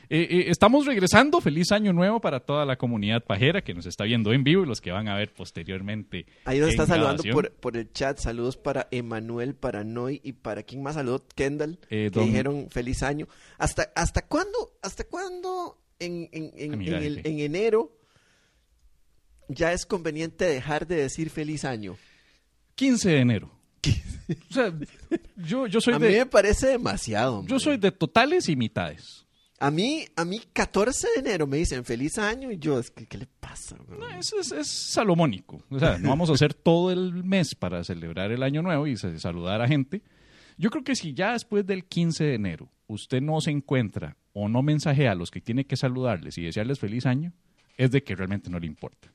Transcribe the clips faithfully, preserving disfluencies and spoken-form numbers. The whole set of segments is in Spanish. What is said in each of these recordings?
Eh, eh, estamos regresando. Feliz año nuevo para toda la comunidad pajera que nos está viendo en vivo y los que van a ver posteriormente. Ahí nos está saludando grabación. por, por el chat. Saludos para Emanuel, para Noy y para quién más saludó, Kendall, Eh, que don- dijeron feliz año. ¿Hasta hasta cuándo? ¿Hasta cuándo en, en, en, Amiga, en el- ¿qué? en enero ya es conveniente dejar de decir feliz año? quince de enero. O sea, yo, yo soy A mí de me parece demasiado. yo man. soy de totales y mitades. A mí, a mí catorce de enero me dicen feliz año y yo, es que, ¿qué le pasa? man? No, es, es, es salomónico. O sea, no vamos a hacer todo el mes para celebrar el año nuevo y sa- saludar a gente. Yo creo que si ya después del quince de enero usted no se encuentra o no mensajea a los que tiene que saludarles y desearles feliz año, es de que realmente no le importa.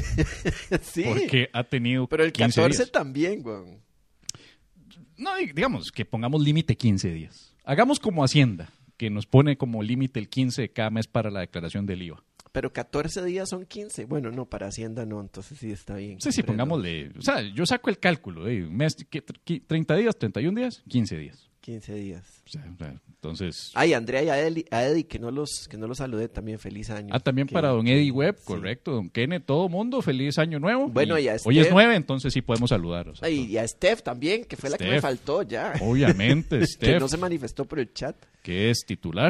Sí, Porque ha tenido pero el quince catorce días. también, güey. No, di- digamos que pongamos límite quince días. Hagamos como Hacienda, que nos pone como límite el quince de cada mes para la declaración del I V A. Pero catorce días son quince. Bueno, no, para Hacienda no, entonces sí está bien. Sí, sí, Pero pongámosle. O sea, yo saco el cálculo. Eh, un mes, ¿qué? Tr- treinta días, treinta y un días, quince días. quince días. O sea, o sea, entonces. Ay, Andrea y a Eddie, a Eddie, que no los que no los saludé, también feliz año. Ah, también Que- para don Eddie Webb, sí. correcto. Don Kenneth, todo mundo, feliz año nuevo. Bueno, y a hoy es Steph. nueve, entonces sí podemos saludar. O sea, Ay, y a Steph también, que fue la que me Steph. faltó ya. obviamente, Que Steph, no se manifestó por el chat. que es titular.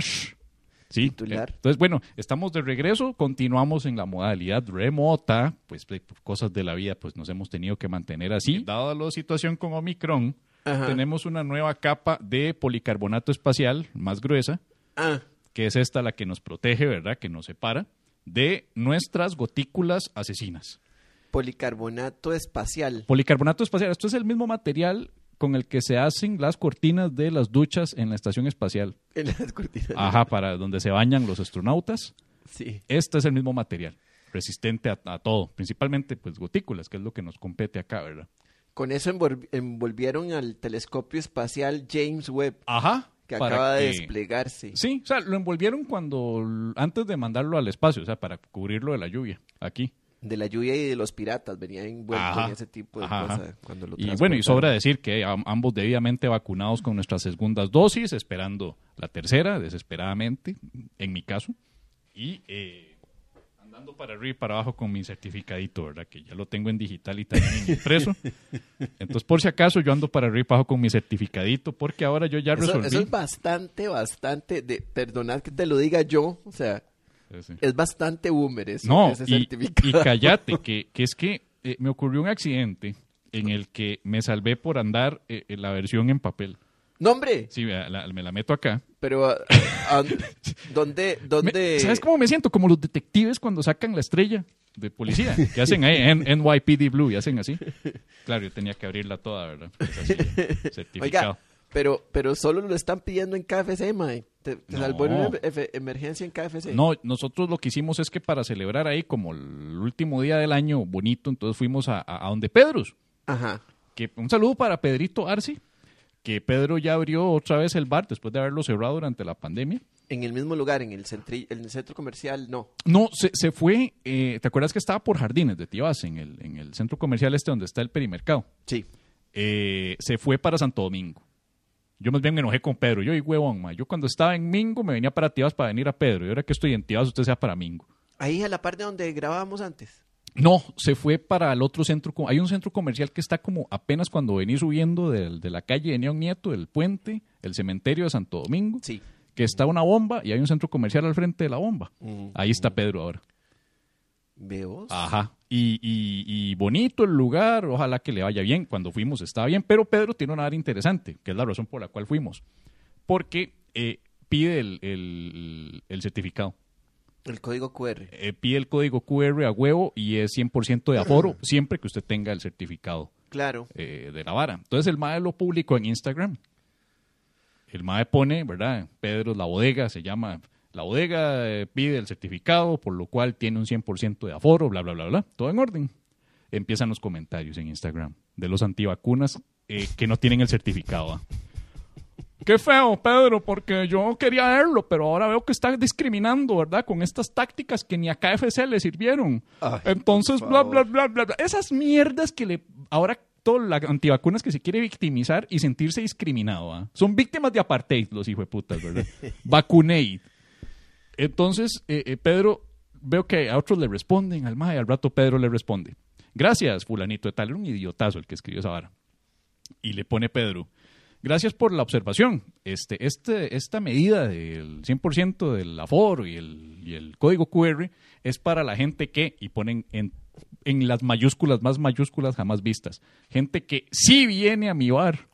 Sí, Titular. entonces, bueno, estamos de regreso, continuamos en la modalidad remota, pues de- por cosas de la vida, pues nos hemos tenido que mantener así. Dada la situación con Omicron, Ajá. tenemos una nueva capa de policarbonato espacial más gruesa, Ah, que es esta la que nos protege, ¿verdad? Que nos separa de nuestras gotículas asesinas. policarbonato espacial. Policarbonato espacial, esto es el mismo material con el que se hacen las cortinas de las duchas en la estación espacial. En las cortinas. Ajá, para donde se bañan los astronautas. Sí. Este es el mismo material, resistente a, a todo, principalmente pues gotículas, que es lo que nos compete acá, ¿verdad? Con eso envol- envolvieron al telescopio espacial James Webb, Ajá. que para acaba de que- desplegarse. Sí, o sea, lo envolvieron cuando, antes de mandarlo al espacio, o sea, para cubrirlo de la lluvia, aquí. De la lluvia y de los piratas, venía envuelto Ajá. en ese tipo de Ajá, ajá. cosas cuando lo Y bueno, y transportaron. sobra decir que am- ambos debidamente vacunados con nuestras segundas dosis, esperando la tercera, desesperadamente, en mi caso. Y eh, andando para arriba y para abajo con mi certificadito, ¿verdad? Que ya lo tengo en digital y también en impreso. Entonces, por si acaso, yo ando para arriba y para abajo con mi certificadito, porque ahora yo ya Eso, resolví. eso es bastante, bastante, de, perdonad que te lo diga yo, o sea, Sí, sí. es bastante boomer eso, No, ese y, y certificado. cállate, que, que es que eh, me ocurrió un accidente en el que me salvé por andar eh, en la versión en papel. No, hombre, Sí, vea, la- me la meto acá. pero ah, ah, ¿dónde, Me- dónde? ¿Sabes cómo me siento? Como los detectives cuando sacan la estrella de policía, que hacen ahí en N Y P D Blue y hacen así. Claro, yo tenía que abrirla toda, ¿verdad? Es así, certificado. Oiga, pero, pero solo lo están pidiendo en K F C, mae. Te, te No. salvó en una efe- emergencia en K F C. No, nosotros lo que hicimos es que para celebrar ahí como el último día del año bonito, entonces fuimos a, a, a donde Pedros. Ajá. Que, un saludo para Pedrito Arce, que Pedro ya abrió otra vez el bar después de haberlo cerrado durante la pandemia. En el mismo lugar, en el, centri- en el centro comercial, no. No, se, se fue, eh, ¿te acuerdas que estaba por Jardines de Tibás, en el, en el centro comercial este donde está el perimercado? Sí. Eh, se fue para Santo Domingo. Yo más bien me enojé con Pedro. Yo, y huevón, ma, yo cuando estaba en Mingo me venía para Tibás para venir a Pedro. Y ahora que estoy en Tibás, usted sea para Mingo. Ahí a la parte donde grabábamos antes. No, se fue para el otro centro. co- Hay un centro comercial que está como apenas cuando venís subiendo del- de, la calle de Neón Nieto, del puente, el cementerio de Santo Domingo, Sí. que está una bomba y hay un centro comercial al frente de la bomba. Mm, Ahí está Pedro ahora. Veo. Ajá. Y, y, y bonito el lugar, ojalá que le vaya bien. Cuando fuimos estaba bien, pero Pedro tiene una área interesante, que es la razón por la cual fuimos. Porque eh, pide el, el, el certificado. El código Q R. Eh, pide el código Q R a huevo y es cien por ciento de aforo siempre que usted tenga el certificado Claro. eh, de la vara. Entonces el M A E lo publicó en Instagram. El M A E pone, ¿verdad? Pedro, la bodega, se llama... La bodega eh, pide el certificado, por lo cual tiene un cien por ciento de aforo, bla, bla, bla, bla. Todo en orden. Empiezan los comentarios en Instagram de los antivacunas eh, que no tienen el certificado. ¿ah? Qué feo, Pedro, porque yo quería verlo, pero ahora veo que está discriminando, ¿verdad? Con estas tácticas que ni a K F C le sirvieron. Ay, Entonces, por bla, favor. bla, bla, bla, bla. Esas mierdas que le... Ahora todas las antivacunas que se quiere victimizar y sentirse discriminado. ¿ah? Son víctimas de apartheid, los hijos de putas, ¿verdad? Vacunate. Entonces, eh, eh, Pedro, veo que a otros le responden, al mae, al rato Pedro le responde. Gracias, fulanito de tal, era un idiotazo el que escribió esa vara. Y le pone Pedro, gracias por la observación. Este, este, esta medida del cien por ciento del aforo y el, y el código cu erre es para la gente que, y ponen en, en las mayúsculas más mayúsculas jamás vistas, gente que sí viene a mi bar.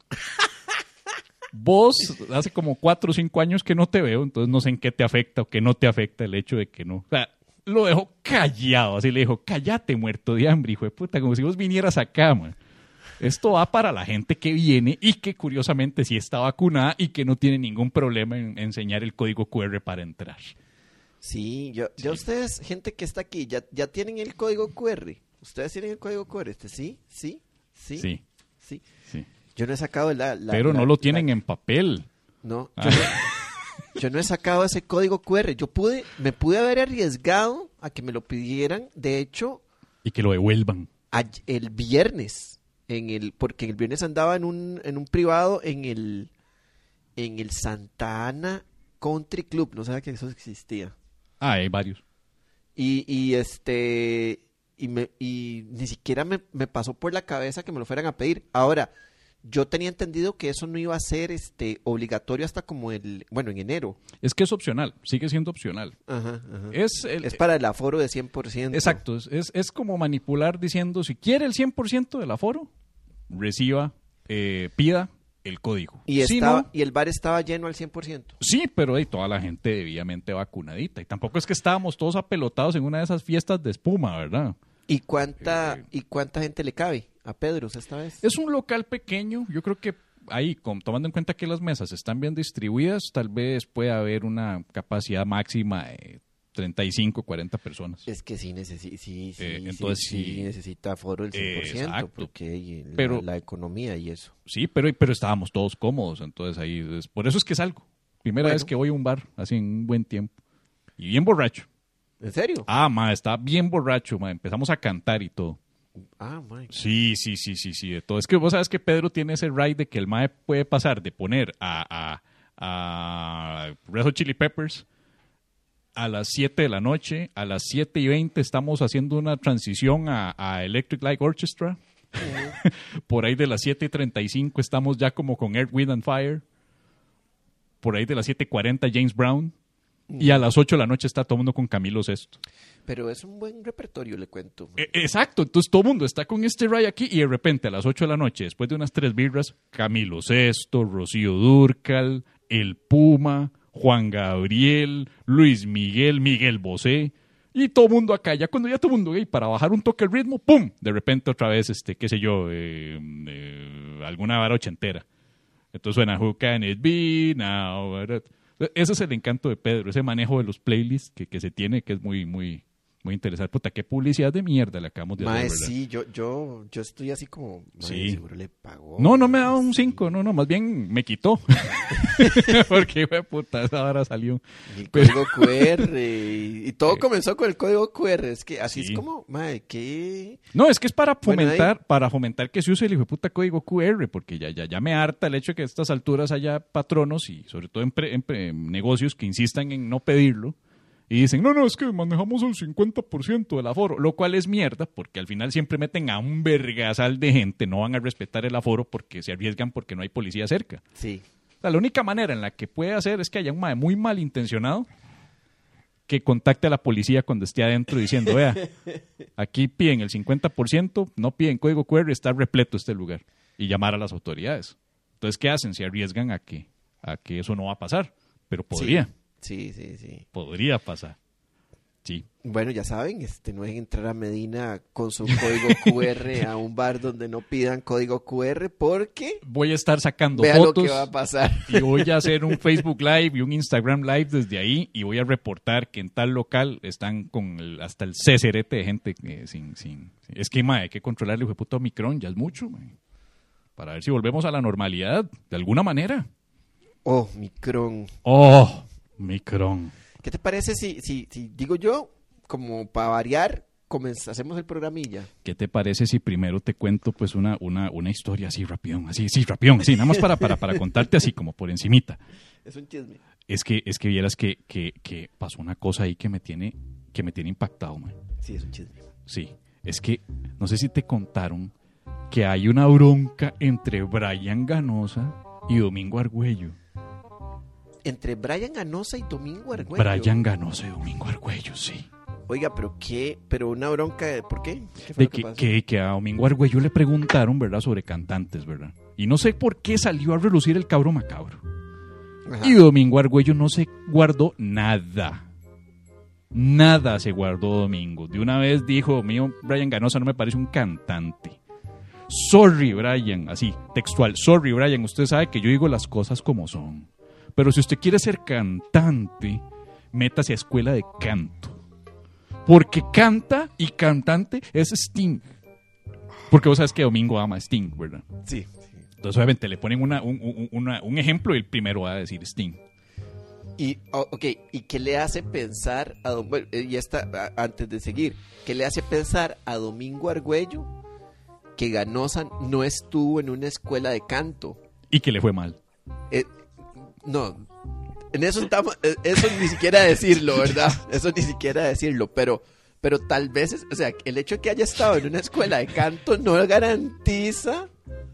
Vos hace como cuatro o cinco años que no te veo, entonces no sé en qué te afecta o qué no te afecta el hecho de que no. O sea, lo dejó callado, así le dijo, cállate muerto de hambre, hijo de puta, como si vos vinieras acá, man. Esto va para la gente que viene y que curiosamente sí está vacunada y que no tiene ningún problema en enseñar el código cu erre para entrar. Sí, yo, Sí. ya ustedes, gente que está aquí, ya, ya tienen el código cu erre. ¿Ustedes tienen el código cu erre? Este, ¿Sí? ¿Sí? ¿Sí? Sí, Sí. sí. Yo no he sacado la... la Pero la- no lo tienen la- en papel. No, Ah. yo no, yo no he sacado ese código cu erre. Yo pude, me pude haber arriesgado a que me lo pidieran, de hecho, Y que lo devuelvan. a- el viernes, en el, porque el viernes andaba en un, en un privado en el, en el Santa Ana Country Club, no sabía que eso existía. Ah, hay varios. Y, y este, y me, y ni siquiera me, me pasó por la cabeza que me lo fueran a pedir. Ahora, yo tenía entendido que eso no iba a ser este obligatorio hasta como el, bueno, en enero. Es que es opcional, sigue siendo opcional. Ajá, ajá. Es, el, Es para el aforo de cien por ciento. Exacto, es, es, es como manipular diciendo, si quiere el cien por ciento del aforo, reciba, eh, pida el código. Y, Si estaba, no, y el bar estaba lleno al cien por ciento. sí, pero hey, toda la gente debidamente vacunadita. Y tampoco es que estábamos todos apelotados en una de esas fiestas de espuma, ¿verdad? ¿Y cuánta, Eh. ¿Y cuánta gente le cabe a Pedros esta vez? Es un local pequeño, yo creo que ahí, con, tomando en cuenta que las mesas están bien distribuidas, tal vez pueda haber una capacidad máxima de treinta y cinco, cuarenta personas. Es que sí, necesi sí, sí, Eh, sí, entonces sí, sí. necesita aforo del cien por ciento, Exacto. porque hay la, Pero- la economía y eso. Sí, pero, pero estábamos todos cómodos, entonces ahí, es- por eso es que salgo. Primera Bueno. vez que voy a un bar, así en un buen tiempo. Y bien borracho. ¿En serio? Ah, ma, estaba bien borracho, ma. Empezamos a cantar y todo. Ah, my. Sí, sí, sí, sí, sí, de todo. Es que vos sabes que Pedro tiene ese ride de que el mae puede pasar de poner a, a, a Red Hot Chili Peppers a las siete de la noche, a las siete y veinte estamos haciendo una transición a, a Electric Light Orchestra. Por ahí de las siete y treinta y cinco estamos ya como con Earth, Wind and Fire. Por ahí de las siete y cuarenta James Brown. Y a las ocho de la noche está todo el mundo con Camilo Sesto. Pero es un buen repertorio, le cuento. E- Exacto, entonces todo el mundo está con este ride aquí y de repente a las ocho de la noche, después de unas tres birras, Camilo Sesto, Rocío Dúrcal, El Puma, Juan Gabriel, Luis Miguel, Miguel Bosé, y todo el mundo acá, ya cuando ya todo el mundo, y para bajar un toque el ritmo, ¡pum! De repente otra vez, este, qué sé yo, eh, eh, alguna vara ochentera. Entonces suena Who Can It Be Now. Ese es el encanto de Pedro, ese manejo de los playlists que, que se tiene, que es muy, muy, muy interesante. Puta, qué publicidad de mierda le acabamos de Mae, hacer, ¿verdad? sí, yo, yo, yo estoy así como, mae, Sí. seguro le pagó. No, no me ha dado mae, un sí. cinco, no, no, más bien me quitó. Porque, güey, puta, esa hora salió. Y el código cu erre, y, y todo comenzó con el código cu erre, es que así Sí. es como, mae, que... No, es que es para Bueno, fomentar, para fomentar que se use el hijo de puta código cu erre, porque ya, ya, ya me harta el hecho de que a estas alturas haya patronos y sobre todo en, pre- en pre- en negocios que insistan en no pedirlo y dicen, no, no, es que manejamos el cincuenta por ciento del aforo, lo cual es mierda, porque al final siempre meten a un vergasal de gente, no van a respetar el aforo porque se arriesgan porque no hay policía cerca. Sí, O sea, la única manera en la que puede hacer es que haya un mae muy malintencionado que contacte a la policía cuando esté adentro diciendo, vea, aquí piden el cincuenta por ciento, no piden código cu erre, está repleto este lugar. Y llamar a las autoridades. Entonces, ¿qué hacen? Se arriesgan a que, a que eso no va a pasar. Pero podría, sí, sí, sí. podría pasar. Sí. Bueno, ya saben, este, no dejen entrar a Medina con su código cu erre a un bar donde no pidan código cu erre porque Voy a estar sacando vean lo fotos que va a pasar. y voy a hacer un Facebook Live y un Instagram Live desde ahí y voy a reportar que en tal local están con el- hasta el ceserete de gente eh, sin, sin... Es que, mae, hay que controlar el hijo de puta Omicron, ya es mucho, mae. Para ver si volvemos a la normalidad, de alguna manera. Oh, Micron. ¡Oh! Micron. ¿Qué te parece si, si, si digo yo, como para variar, comenz- hacemos el programilla? ¿Qué te parece si primero te cuento pues una, una, una historia así rapión, así, sí, rapión, así, nada más para, para, para contarte así como por encimita? Es un chisme. Es que, es que vieras que, que, que pasó una cosa ahí que me tiene, que me tiene impactado, man. Sí, es un chisme. Sí, es que no sé si te contaron que hay una bronca entre Brian Ganosa y Domingo Argüello. Entre Brian Ganosa y Domingo Argüello. Brian Ganosa y Domingo Argüello, sí. Oiga, pero qué, pero una bronca, ¿por qué? ¿Qué fue De lo que, que, pasó? que, que a Domingo Argüello le preguntaron, ¿verdad?, sobre cantantes, ¿verdad? Y no sé por qué salió a relucir el cabro macabro. Ajá. Y Domingo Argüello no se guardó nada. Nada se guardó Domingo. De una vez dijo, mío, Brian Ganosa no me parece un cantante. Sorry, Brian, así, textual. Sorry, Brian, usted sabe que yo digo las cosas como son. Pero si usted quiere ser cantante, métase a escuela de canto. Porque canta y cantante es Sting. Porque vos sabes que Domingo ama a Sting, ¿verdad? Sí. Entonces, obviamente, le ponen una, un, un, una, un ejemplo y el primero va a decir Sting. Y, oh, ok, ¿y qué le hace pensar a Don, bueno, eh, ya está, a- antes de seguir, qué le hace pensar a Domingo Argüello que Ganosa no estuvo en una escuela de canto? Y que le fue mal. Eh, no, en eso estamos, eh, eso ni siquiera decirlo, ¿verdad? Eso ni siquiera decirlo, pero, pero tal vez, es- o sea, el hecho de que haya estado en una escuela de canto no garantiza,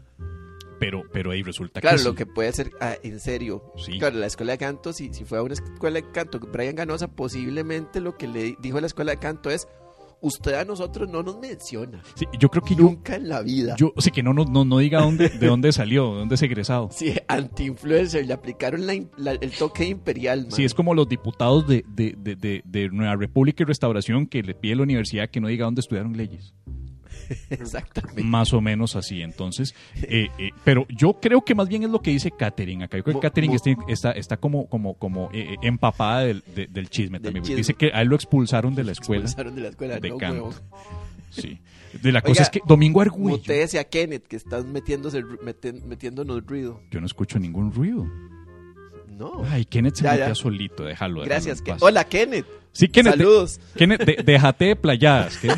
Pero, pero ahí resulta claro, que lo sí. que puede ser, ah, en serio. Sí. Claro, la escuela de canto, si, si fue a una escuela de canto, Brian Ganosa, posiblemente lo que le dijo a la escuela de canto es, usted a nosotros no nos menciona. Sí, yo creo que yo, Nunca en la vida. yo sí que no, no, no, no diga dónde, de dónde salió, de dónde es egresado. Sí, anti-influencer, le aplicaron la, im- la- el toque imperial, man. Sí, es como los diputados de, de, de, de, de Nueva República y Restauración que le pide a la universidad que no diga dónde estudiaron leyes. Exactamente. Más o menos así. Entonces, eh, eh, pero yo creo que más bien es lo que dice Katherine. Acá yo creo que Mo- Katherine mo- está, está, está como, como, como eh, eh, empapada del, de- del chisme Del también. chisme. Dice que a él lo expulsaron de la escuela Expulsaron de la escuela, de no, canto. huevón. Sí. De la cosa Oiga, es que Domingo Argüello. Mutéese a Kenneth, que están metiéndose, ru- meten- metiéndonos ruido. Yo no escucho ningún ruido. No. Ay, Kenneth se Ya, metía ya. solito, déjalo. déjalo Gracias, en Ken- paz. Hola, Kenneth. Sí, Kenneth. de- Saludos. Kenneth, de- déjate de playadas. Kenneth.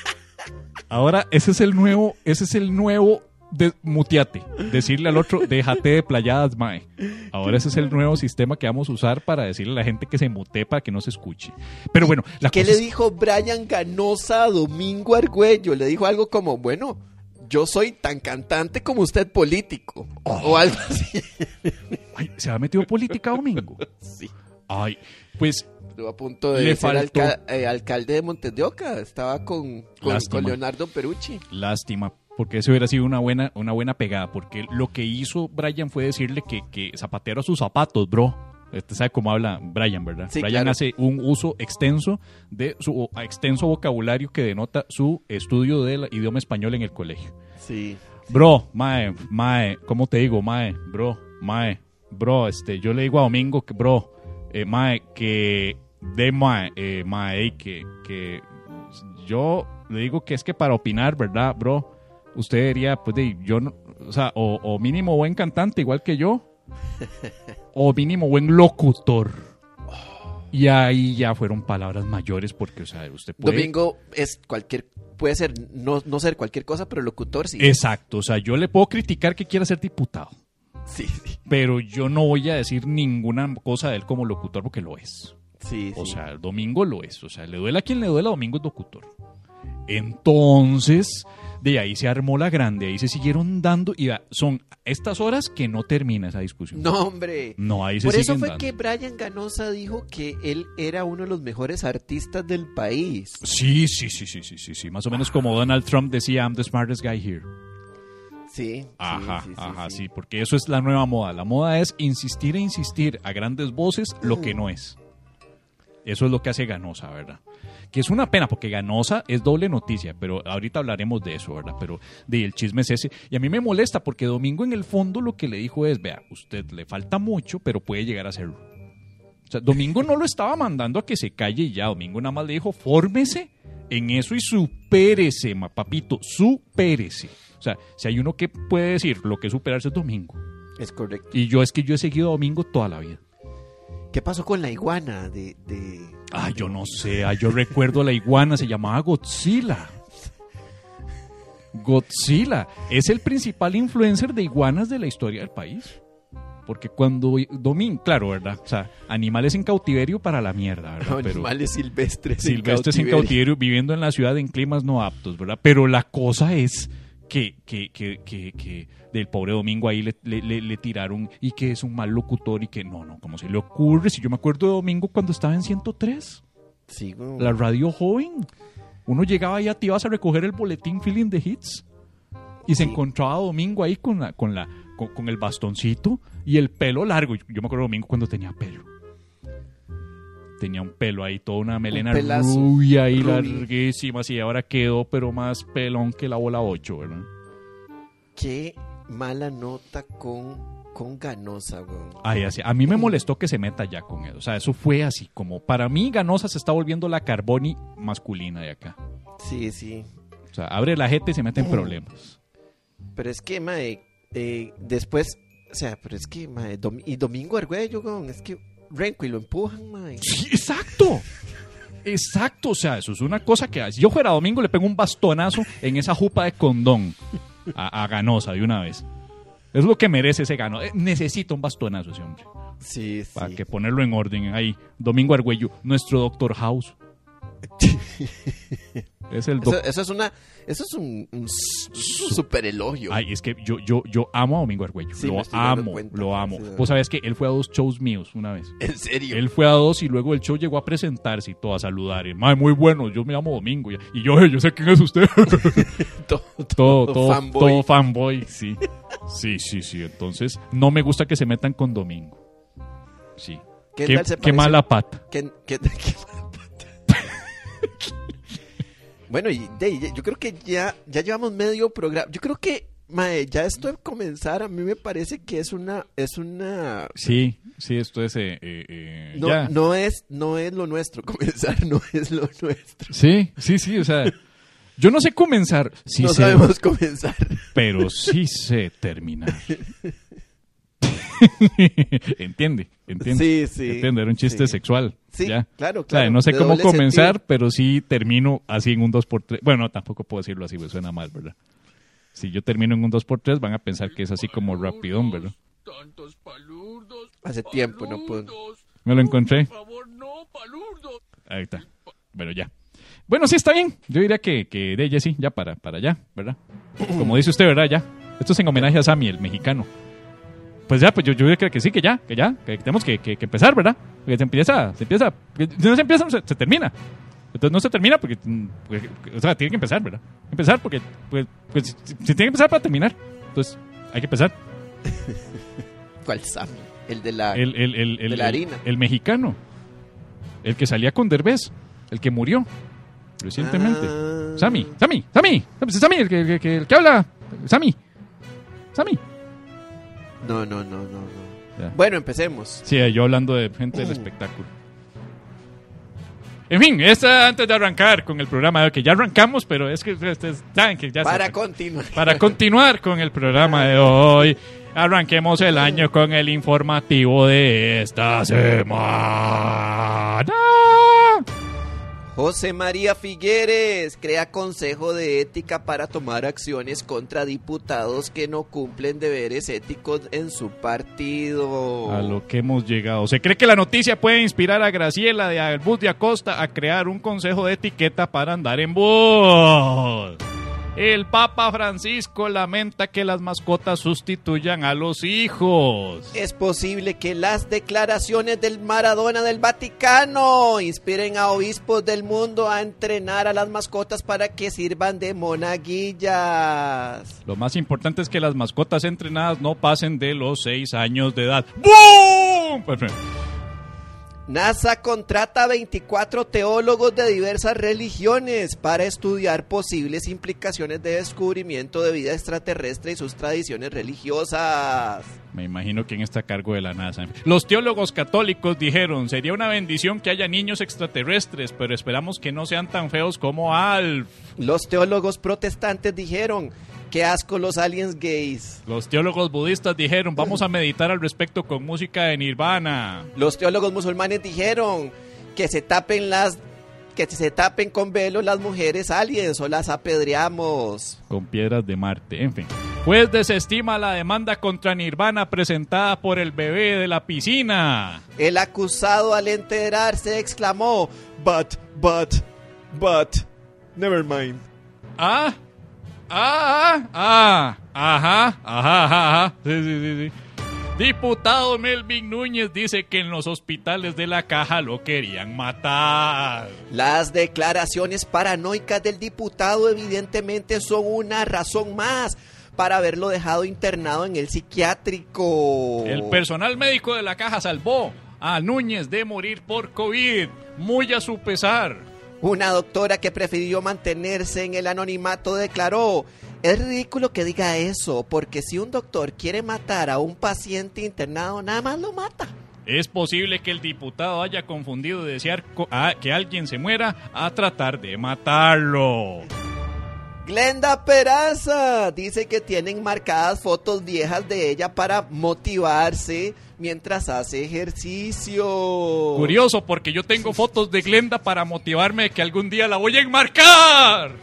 Ahora, ese es el nuevo, ese es el nuevo de, muteate. Decirle al otro, déjate de playadas, mae. Ahora ese es el nuevo sistema que vamos a usar para decirle a la gente que se mutee para que no se escuche. Pero bueno, la ¿Qué cosa le es- dijo Brian Ganosa a Domingo Argüello? Le dijo algo como, bueno, yo soy tan cantante como usted político. O algo así. Ay, ¿se ha metido política Domingo? Sí. Ay, pues Estuvo a punto de Le ser faltó. alca- eh, alcalde de Montes de Oca. Estaba con, con, Lástima. con Leonardo Perucci. lástima, porque eso hubiera sido una buena, una buena pegada, porque lo que hizo Brian fue decirle que, que zapatero a sus zapatos, bro. Usted sabe cómo habla Brian, ¿verdad? Sí, Brian claro. hace un uso extenso de su extenso vocabulario que denota su estudio del idioma español en el colegio. Sí. Bro, mae, mae, ¿cómo te digo, mae? Bro, mae, bro, este, yo le digo a Domingo que, bro, eh, mae, que de mae, eh, mae, que, que yo le digo que es que para opinar, ¿verdad, bro? Usted debería, pues, de, yo, no, o sea, o, o mínimo buen cantante, igual que yo, o mínimo buen locutor. Y ahí ya fueron palabras mayores, porque, o sea, usted puede... Domingo es cualquier, puede ser, no, no ser cualquier cosa, pero locutor sí. Exacto, o sea, yo le puedo criticar que quiera ser diputado. Sí, sí. Pero yo no voy a decir ninguna cosa de él como locutor porque lo es. Sí, O sí. sea, Domingo lo es. O sea, le duele a quien le duele, Domingo es locutor. Entonces, de ahí se armó la grande, ahí se siguieron dando y da- son estas horas que no termina esa discusión. No, hombre. No, ahí se Por eso siguen fue dando. que Brian Ganosa dijo que él era uno de los mejores artistas del país. Sí, sí, sí, sí, sí, sí, sí. Más o menos como Donald Trump decía, I'm the smartest guy here. Sí. Ajá, sí, sí, sí, ajá, sí. sí, porque eso es la nueva moda. La moda es insistir e insistir a grandes voces lo que no es. Eso es lo que hace Ganosa, ¿verdad? Que es una pena porque Ganosa es doble noticia, pero ahorita hablaremos de eso, ¿verdad? Pero de, el chisme es ese. Y a mí me molesta porque Domingo en el fondo lo que le dijo es, vea, usted le falta mucho, pero puede llegar a hacerlo. O sea, Domingo no lo estaba mandando a que se calle y ya. Domingo nada más le dijo, fórmese en eso y supérese, ma, papito, supérese. O sea, si hay uno que puede decir lo que es superarse es Domingo. Es correcto. Y yo es que yo he seguido a Domingo toda la vida. ¿Qué pasó con la iguana de... de... Ah, yo no sé, ah, yo recuerdo la iguana, se llamaba Godzilla. Godzilla es el principal influencer de iguanas de la historia del país. porque cuando domingo, claro, ¿verdad? O sea, animales en cautiverio para la mierda, ¿verdad? No, Pero animales silvestres. silvestres en cautiverio. cautiverio, viviendo en la ciudad en climas no aptos, ¿verdad? Pero la cosa es que, que, que, que, que del pobre Domingo ahí le, le, le, le tiraron y que es un mal locutor y que no, no, ¿cómo se le ocurre? Si yo me acuerdo de Domingo cuando estaba en ciento tres, Sí, güey. la radio joven. Uno llegaba ahí a ti, vas a recoger el boletín Feeling the Hits y se Sí. encontraba a Domingo ahí con la, con la, con, con el bastoncito y el pelo largo. Yo me acuerdo de Domingo cuando tenía pelo. Tenía un pelo ahí, toda una melena pelazo. rubia y Rubio. larguísima, sí, ahora quedó, pero más pelón que la bola ocho, ¿verdad? Qué mala nota con, con Ganosa, güey. Ay, así, a mí me molestó que se meta ya con él. O sea, eso fue así como, para mí Ganosa se está volviendo la Carboni masculina de acá. Sí, sí. O sea, abre la jeta y se mete en problemas. Pero es que, mae, eh, después, o sea, pero es que, mae, Dom- y Domingo Argüello, güey, es que Renko y lo empujan, mae. Sí, exacto. Exacto, o sea, eso es una cosa que si yo fuera Domingo le pego un bastonazo en esa jupa de condón a, a Ganosa de una vez. Es lo que merece ese gano. Eh, necesita un bastonazo ese hombre. Sí, sí. Para que ponerlo en orden ahí. Domingo Argüello, nuestro Doctor House. Es el Eso, doctor. eso es una, eso es un, un, s- un super elogio. Ay, es que yo, yo, yo amo a Domingo Argüello. Sí, lo me estoy dando amo, cuenta. lo amo. Sí, Vos sabés que él fue a dos shows míos una vez. En serio. Él fue a dos y luego el show llegó a presentarse y todo, a saludar. Y, "Mae, muy bueno, yo me llamo Domingo." Y y yo, yo sé quién es usted. todo, todo, todo, fanboy. todo fanboy, sí. Sí, sí, sí. Entonces, no me gusta que se metan con Domingo. Sí. ¿Qué Qué, tal se qué parece? mala pata. ¿Qué- qué- qué mala pata? Bueno, y de, ya- yo creo que ya, ya llevamos medio programa. Yo creo que, mae, ya esto de comenzar, a mí me parece que es una, es una, Sí, sí, esto es... Eh, eh, eh, no, ya. no es, no es lo nuestro. Comenzar no es lo nuestro. Sí, sí, sí, o sea... Yo no sé comenzar, sí no sé, sabemos comenzar. pero sí sé terminar. Entiende, entiende. Sí, sí. Entiende, era un chiste sí. sexual. Sí, ya. claro, O sea, claro. no sé de cómo doble comenzar, sentido. pero sí termino así en un dos por tres. Bueno, tampoco puedo decirlo así, pues suena mal, ¿verdad? Si yo termino en un dos por tres, van a pensar que es así como rapidón, ¿verdad? Tantos palurdos. Hace tiempo no puedo. palurdos. Me lo encontré. Por favor, no, palurdos. Ahí está. Pero ya. Bueno, sí, está bien. Yo diría que, que de Jessy, ya para, para allá, ¿verdad? Como dice usted, ¿verdad? Ya. Esto es en homenaje a Sammy, el mexicano. Pues ya, pues yo, yo diría que sí, que ya, que ya, que tenemos que, que, que empezar, ¿verdad? Porque se empieza, se empieza, si no se empieza, se, se termina. Entonces no se termina porque, porque, o sea, tiene que empezar, ¿verdad? Empezar porque, pues, pues si, si tiene que empezar para terminar. Entonces, hay que empezar. ¿Cuál Sammy? El de la... El, el, el, el, de la harina. El, el mexicano. El que salía con Derbez. El que murió recientemente. Ah. Sammy, Sammy, Sammy, Sammy, el que, el que, el que habla. Sammy, Sammy. No, no, no, no, no. Ya. Bueno, empecemos. Sí, yo hablando de gente del espectáculo. En fin, esta antes de arrancar con el programa, que ya arrancamos, pero es que ustedes saben que ya Para se... continuar. Para continuar con el programa de hoy, arranquemos el año con el informativo de esta semana. José María Figueres crea consejo de ética para tomar acciones contra diputados que no cumplen deberes éticos en su partido. A lo que hemos llegado. Se cree que la noticia puede inspirar a Graciela de Albus de Acosta a crear un consejo de etiqueta para andar en bus. El Papa Francisco lamenta que las mascotas sustituyan a los hijos. Es posible que las declaraciones del Maradona del Vaticano inspiren a obispos del mundo a entrenar a las mascotas para que sirvan de monaguillas. Lo más importante es que las mascotas entrenadas no pasen de los seis años de edad. ¡Bum! NASA contrata a veinticuatro teólogos de diversas religiones para estudiar posibles implicaciones de descubrimiento de vida extraterrestre y sus tradiciones religiosas. Me imagino quién está a cargo de la NASA. Los teólogos católicos dijeron, sería una bendición que haya niños extraterrestres, pero esperamos que no sean tan feos como Alf. Los teólogos protestantes dijeron, qué asco los aliens gays. Los teólogos budistas dijeron, vamos a meditar al respecto con música de Nirvana. Los teólogos musulmanes dijeron, que se tapen las... que se tapen con velo las mujeres aliens o las apedreamos. Con piedras de Marte, en fin. Juez desestima la demanda contra Nirvana presentada por el bebé de la piscina. El acusado al enterarse exclamó, but, but, but, never mind. Ah, ah, ah, ajá, ajá, ajá, ajá. Sí, sí, sí, sí. Diputado Melvin Núñez dice que en los hospitales de La Caja lo querían matar. Las declaraciones paranoicas del diputado evidentemente son una razón más para haberlo dejado internado en el psiquiátrico. El personal médico de La Caja salvó a Núñez de morir por COVID, muy a su pesar. Una doctora que prefirió mantenerse en el anonimato declaró: es ridículo que diga eso, porque si un doctor quiere matar a un paciente internado, nada más lo mata. Es posible que el diputado haya confundido desear co- a que alguien se muera a tratar de matarlo. Glenda Peraza dice que tienen marcadas fotos viejas de ella para motivarse mientras hace ejercicio. Curioso, porque yo tengo fotos de Glenda para motivarme de que algún día la voy a enmarcar.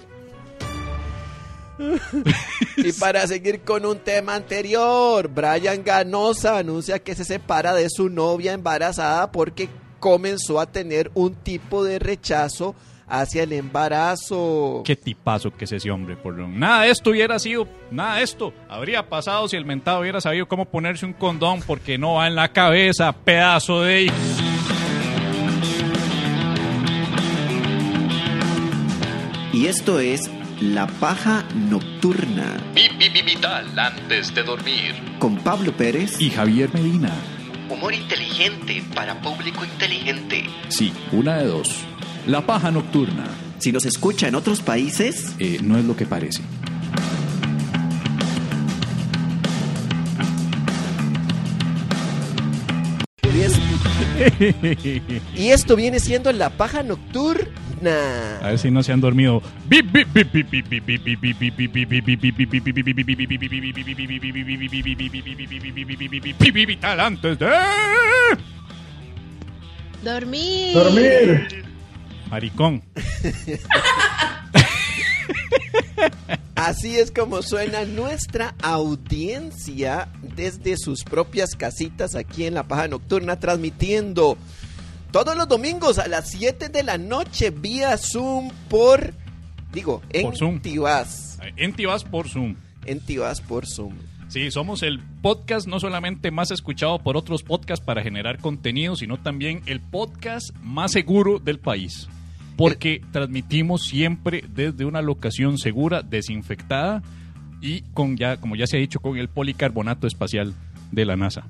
Y para seguir con un tema anterior, Brian Ganosa anuncia que se separa de su novia embarazada porque comenzó a tener un tipo de rechazo hacia el embarazo. Qué tipazo que es ese hombre, por lo... Nada de esto hubiera sido, nada de esto habría pasado si el mentado hubiera sabido cómo ponerse un condón, porque no va en la cabeza, pedazo de... Y esto es La Paja Nocturna Vital antes de dormir. con Pablo Pérez Y Javier Medina. humor inteligente para público inteligente. Sí, una de dos. La paja nocturna Si nos escucha en otros países, eh, no es lo que parece. Y, es- y esto viene siendo la paja nocturna. A ver si no se han dormido. Vital antes de... Dormir. Dormir. Maricón. Así es como suena nuestra audiencia desde sus propias casitas aquí en La Paja Nocturna, transmitiendo todos los domingos a las siete de la noche vía Zoom por, digo, en Por Zoom. Tibás. En Tibás por Zoom. En Tibás por Zoom. Sí, somos el podcast no solamente más escuchado por otros podcasts para generar contenido, sino también el podcast más seguro del país. Porque transmitimos siempre desde una locación segura, desinfectada y con ya, como ya se ha dicho, con el policarbonato espacial de la NASA.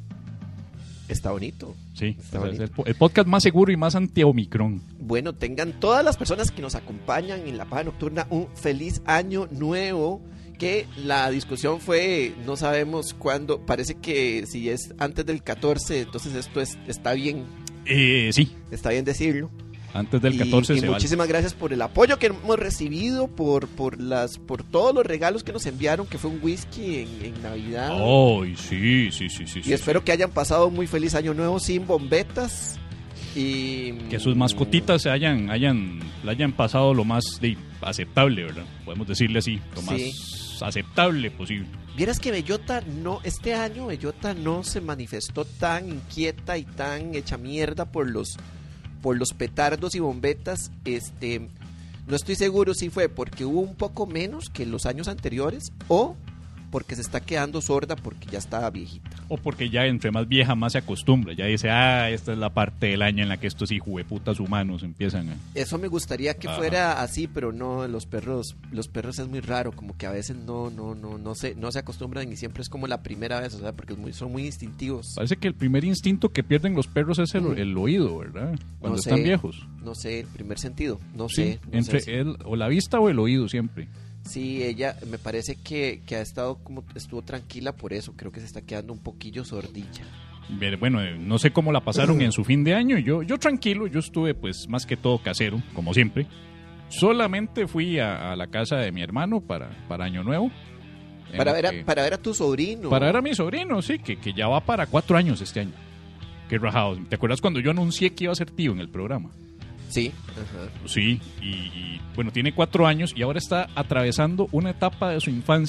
Está bonito. Sí, Está o sea, es bonito. el, po- el podcast más seguro y más anti-Omicron. Bueno, tengan todas las personas que nos acompañan en La Paja Nocturna un feliz año nuevo. Que la discusión fue, no sabemos cuándo, parece que si es antes del catorce, entonces esto es, está bien, Eh, sí, está bien decirlo. antes del Y- catorce y se vale. muchísimas gracias por el apoyo que hemos recibido, por por las por todos los regalos que nos enviaron, que fue un whisky en, en Navidad. Ay, sí, sí, sí, sí. y sí, espero que hayan pasado un muy feliz año nuevo sin bombetas. Y que sus mascotitas se hayan, hayan, la hayan pasado lo más de, aceptable, ¿verdad? Podemos decirle así, lo más Sí. aceptable posible. Vieras que Bellota no, este año Bellota no se manifestó tan inquieta y tan hecha mierda por los, por los petardos y bombetas. Este, no estoy seguro si fue porque hubo un poco menos que los años anteriores o porque se está quedando sorda porque ya estaba viejita. O porque ya entre más vieja más se acostumbra, ya dice, ah, esta es la parte del año en la que estos hijueputas humanos empiezan a... Eso me gustaría que Ajá. fuera así, pero no, los perros, los perros es muy raro, como que a veces no, no, no, no se, no se acostumbran y siempre es como la primera vez, o sea, porque es muy, son muy instintivos. Parece que el primer instinto que pierden los perros es el, el oído, ¿verdad? Cuando No sé, están viejos. No sé, el primer sentido, no Sí, sé. no entre sé. él, o la vista o el oído siempre. Sí, ella me parece que, que ha estado como, estuvo tranquila por eso, creo que se está quedando un poquillo sordilla. Bien, bueno, eh, no sé cómo la pasaron en su fin de año. Yo, yo tranquilo, yo estuve pues más que todo casero, como siempre. Solamente fui a, a la casa de mi hermano para, para Año Nuevo. en Para lo ver, a, que- para ver a tu sobrino. para ver a mi sobrino, sí, que, que ya va para cuatro años este año. Qué rajado. ¿Te acuerdas cuando yo anuncié que iba a ser tío en el programa? Sí, ajá. Sí, y, y, bueno, tiene cuatro años y ahora está atravesando una etapa de su infancia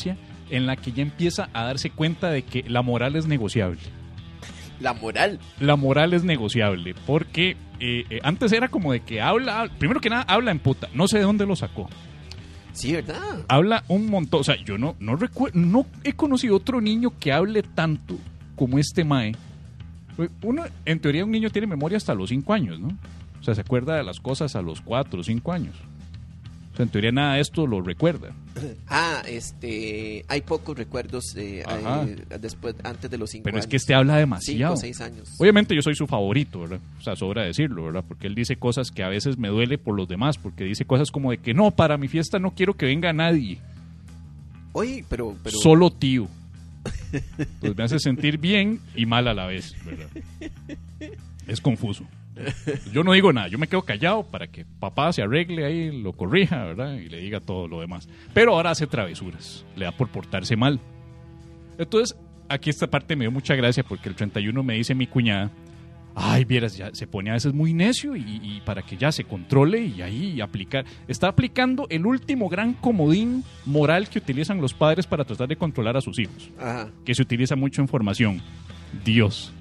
en la que ya empieza a darse cuenta de que la moral es negociable. La moral. La moral es negociable, porque eh, eh, antes era como de que habla, primero que nada, habla en puta, no sé de dónde lo sacó. Sí, ¿verdad? Habla un montón, o sea, yo no, no recuerdo, no he conocido otro niño que hable tanto como este mae. Uno, en teoría, un niño tiene memoria hasta los cinco años, ¿no? O sea, se acuerda de las cosas a los cuatro o cinco años. O sea, en teoría nada de esto lo recuerda. Ah, este, hay pocos recuerdos eh, eh, después, antes de los cinco Pero años. es que este habla demasiado. Cinco, seis años. Obviamente yo soy su favorito, ¿verdad? O sea, sobra decirlo, ¿verdad? Porque él dice cosas que a veces me duele por los demás, porque dice cosas como de que no, para mi fiesta no quiero que venga nadie. Oye, pero... pero... Solo tío. Pues me hace sentir bien y mal a la vez, ¿verdad? Es confuso. Yo no digo nada, yo me quedo callado para que papá se arregle ahí, lo corrija, ¿verdad? Y le diga todo lo demás. Pero ahora hace travesuras, le da por portarse mal. Entonces, aquí esta parte me dio mucha gracia porque el treinta y uno me dice mi cuñada, ay, vieras, ya se pone a veces muy necio y, y para que ya se controle y ahí aplicar. Está aplicando el último gran comodín moral que utilizan los padres para tratar de controlar a sus hijos. Ajá. Que se utiliza mucho en formación. Dios.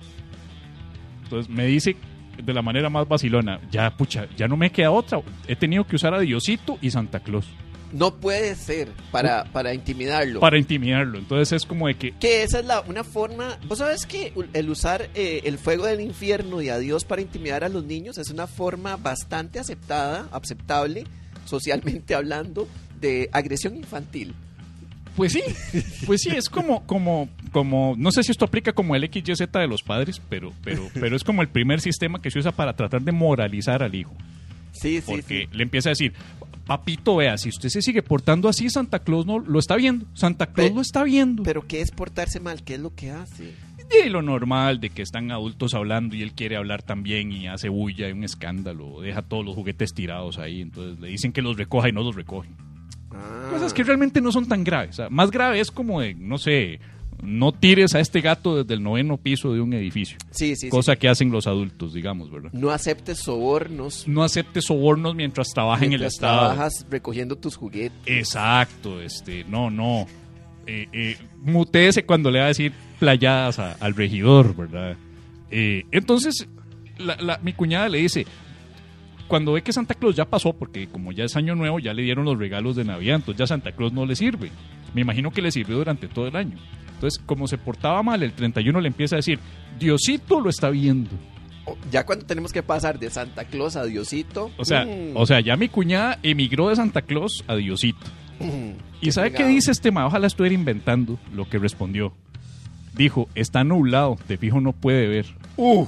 Entonces me dice de la manera más vacilona, ya pucha, ya no me queda otra. He tenido que usar a Diosito y Santa Claus. No puede ser para, para intimidarlo. Para intimidarlo. Entonces es como de que... Que esa es la, una forma... ¿Vos sabés que el usar eh, el fuego del infierno y a Dios para intimidar a los niños es una forma bastante aceptada, aceptable, socialmente hablando, de agresión infantil? Pues sí, pues sí, es como, como, como, no sé si esto aplica como el equis ye zeta de los padres, pero, pero, pero es como el primer sistema que se usa para tratar de moralizar al hijo. Sí, sí, Porque sí. le empieza a decir, papito, vea, si usted se sigue portando así, Santa Claus no lo está viendo, Santa Claus Pe- lo está viendo. Pero ¿qué es portarse mal? ¿Qué es lo que hace? Y lo normal de que están adultos hablando y él quiere hablar también y hace bulla y un escándalo, deja todos los juguetes tirados ahí, entonces le dicen que los recoja y no los recoge. Ah. Cosas que realmente no son tan graves. O sea, más grave es como de, no sé, no tires a este gato desde el noveno piso de un edificio. Sí, sí, Cosa sí. que hacen los adultos, digamos, ¿verdad? No aceptes sobornos No aceptes sobornos mientras trabaja en el mientras Estado. trabajas recogiendo tus juguetes. Exacto, este, no, no. Eh, eh, mutéese cuando le va a decir playadas a- al regidor, ¿verdad? Eh, entonces, la, la- mi cuñada le dice, cuando ve que Santa Claus ya pasó, porque como ya es año nuevo, ya le dieron los regalos de Navidad, entonces ya Santa Claus no le sirve. Me imagino que le sirvió durante todo el año. Entonces, como se portaba mal, el treinta y uno le empieza a decir, Diosito lo está viendo. O- Ya cuando tenemos que pasar de Santa Claus a Diosito. O sea, mm, o sea, ya mi cuñada emigró de Santa Claus a Diosito. mm, ¿Y sabe qué pegado. dice este ma? Ojalá estuviera inventando lo que respondió. Dijo, está nublado, de fijo no puede ver. Uh,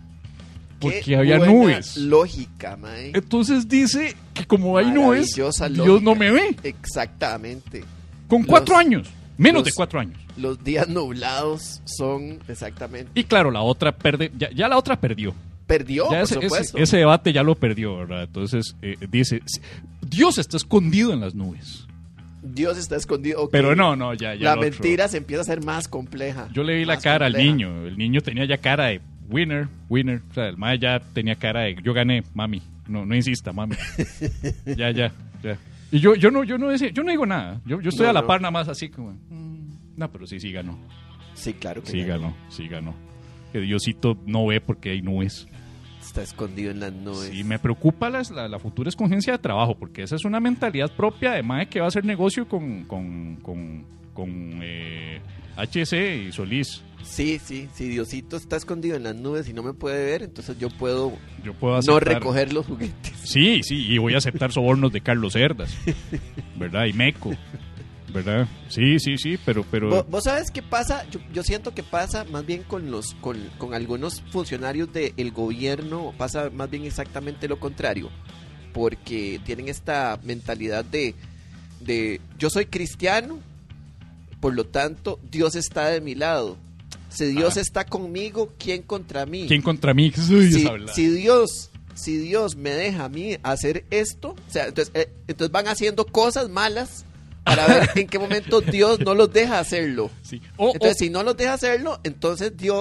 Porque qué había buena nubes. Lógica, mae. Entonces dice que como hay nubes, Maravillosa Dios lógica. no me ve. Exactamente. Con Los- cuatro años, menos los- de cuatro años. Los días nublados son exactamente. Y claro, la otra perde, ya, ya la otra perdió. Perdió, Ya por ese, ese- supuesto. ese debate ya lo perdió, ¿verdad? Entonces eh, dice, Dios está escondido en las nubes. Dios está escondido. ok. Pero no, no, ya, ya. La el otro- mentira se empieza a hacer más compleja. Yo le vi la Más cara al compleja. niño. El niño tenía ya cara de winner, winner. O sea, el mae ya tenía cara de yo gané, mami. No, no insista, mami. ya, ya, ya. Y yo, yo no, yo no decía, yo no digo nada. Yo, yo estoy No, a la no. par nada más así como. mm, No, pero sí, sí ganó. Sí, claro que Sí ganó. ganó, sí ganó. Que Diosito no ve porque hay nubes. Está escondido en las nubes. Sí, me preocupa la, la, la futura escogencia de trabajo, porque esa es una mentalidad propia de mae que va a hacer negocio con, con, con, con eh, H C y Solís. Sí, sí, si Diosito está escondido en las nubes y no me puede ver, entonces yo puedo Yo puedo no aceptar. recoger los juguetes. Sí, sí, y voy a aceptar sobornos de Carlos Cerdas, ¿verdad? Y Meco, ¿verdad? Sí, sí, sí, pero... pero ¿Vos, vos sabes qué pasa? Yo, yo siento que pasa más bien con los con, con algunos funcionarios del gobierno, pasa más bien exactamente lo contrario, porque tienen esta mentalidad de, de yo soy cristiano, por lo tanto Dios está de mi lado. Si Dios Ah. está conmigo, ¿quién contra mí? ¿quién contra mí? Uy, si, esa hablada. si Dios si Dios me deja a mí hacer esto, o sea, entonces, eh, entonces van haciendo cosas malas para ver en qué momento Dios no los deja hacerlo. Sí. O- Entonces, o- si no los deja hacerlo, entonces Dios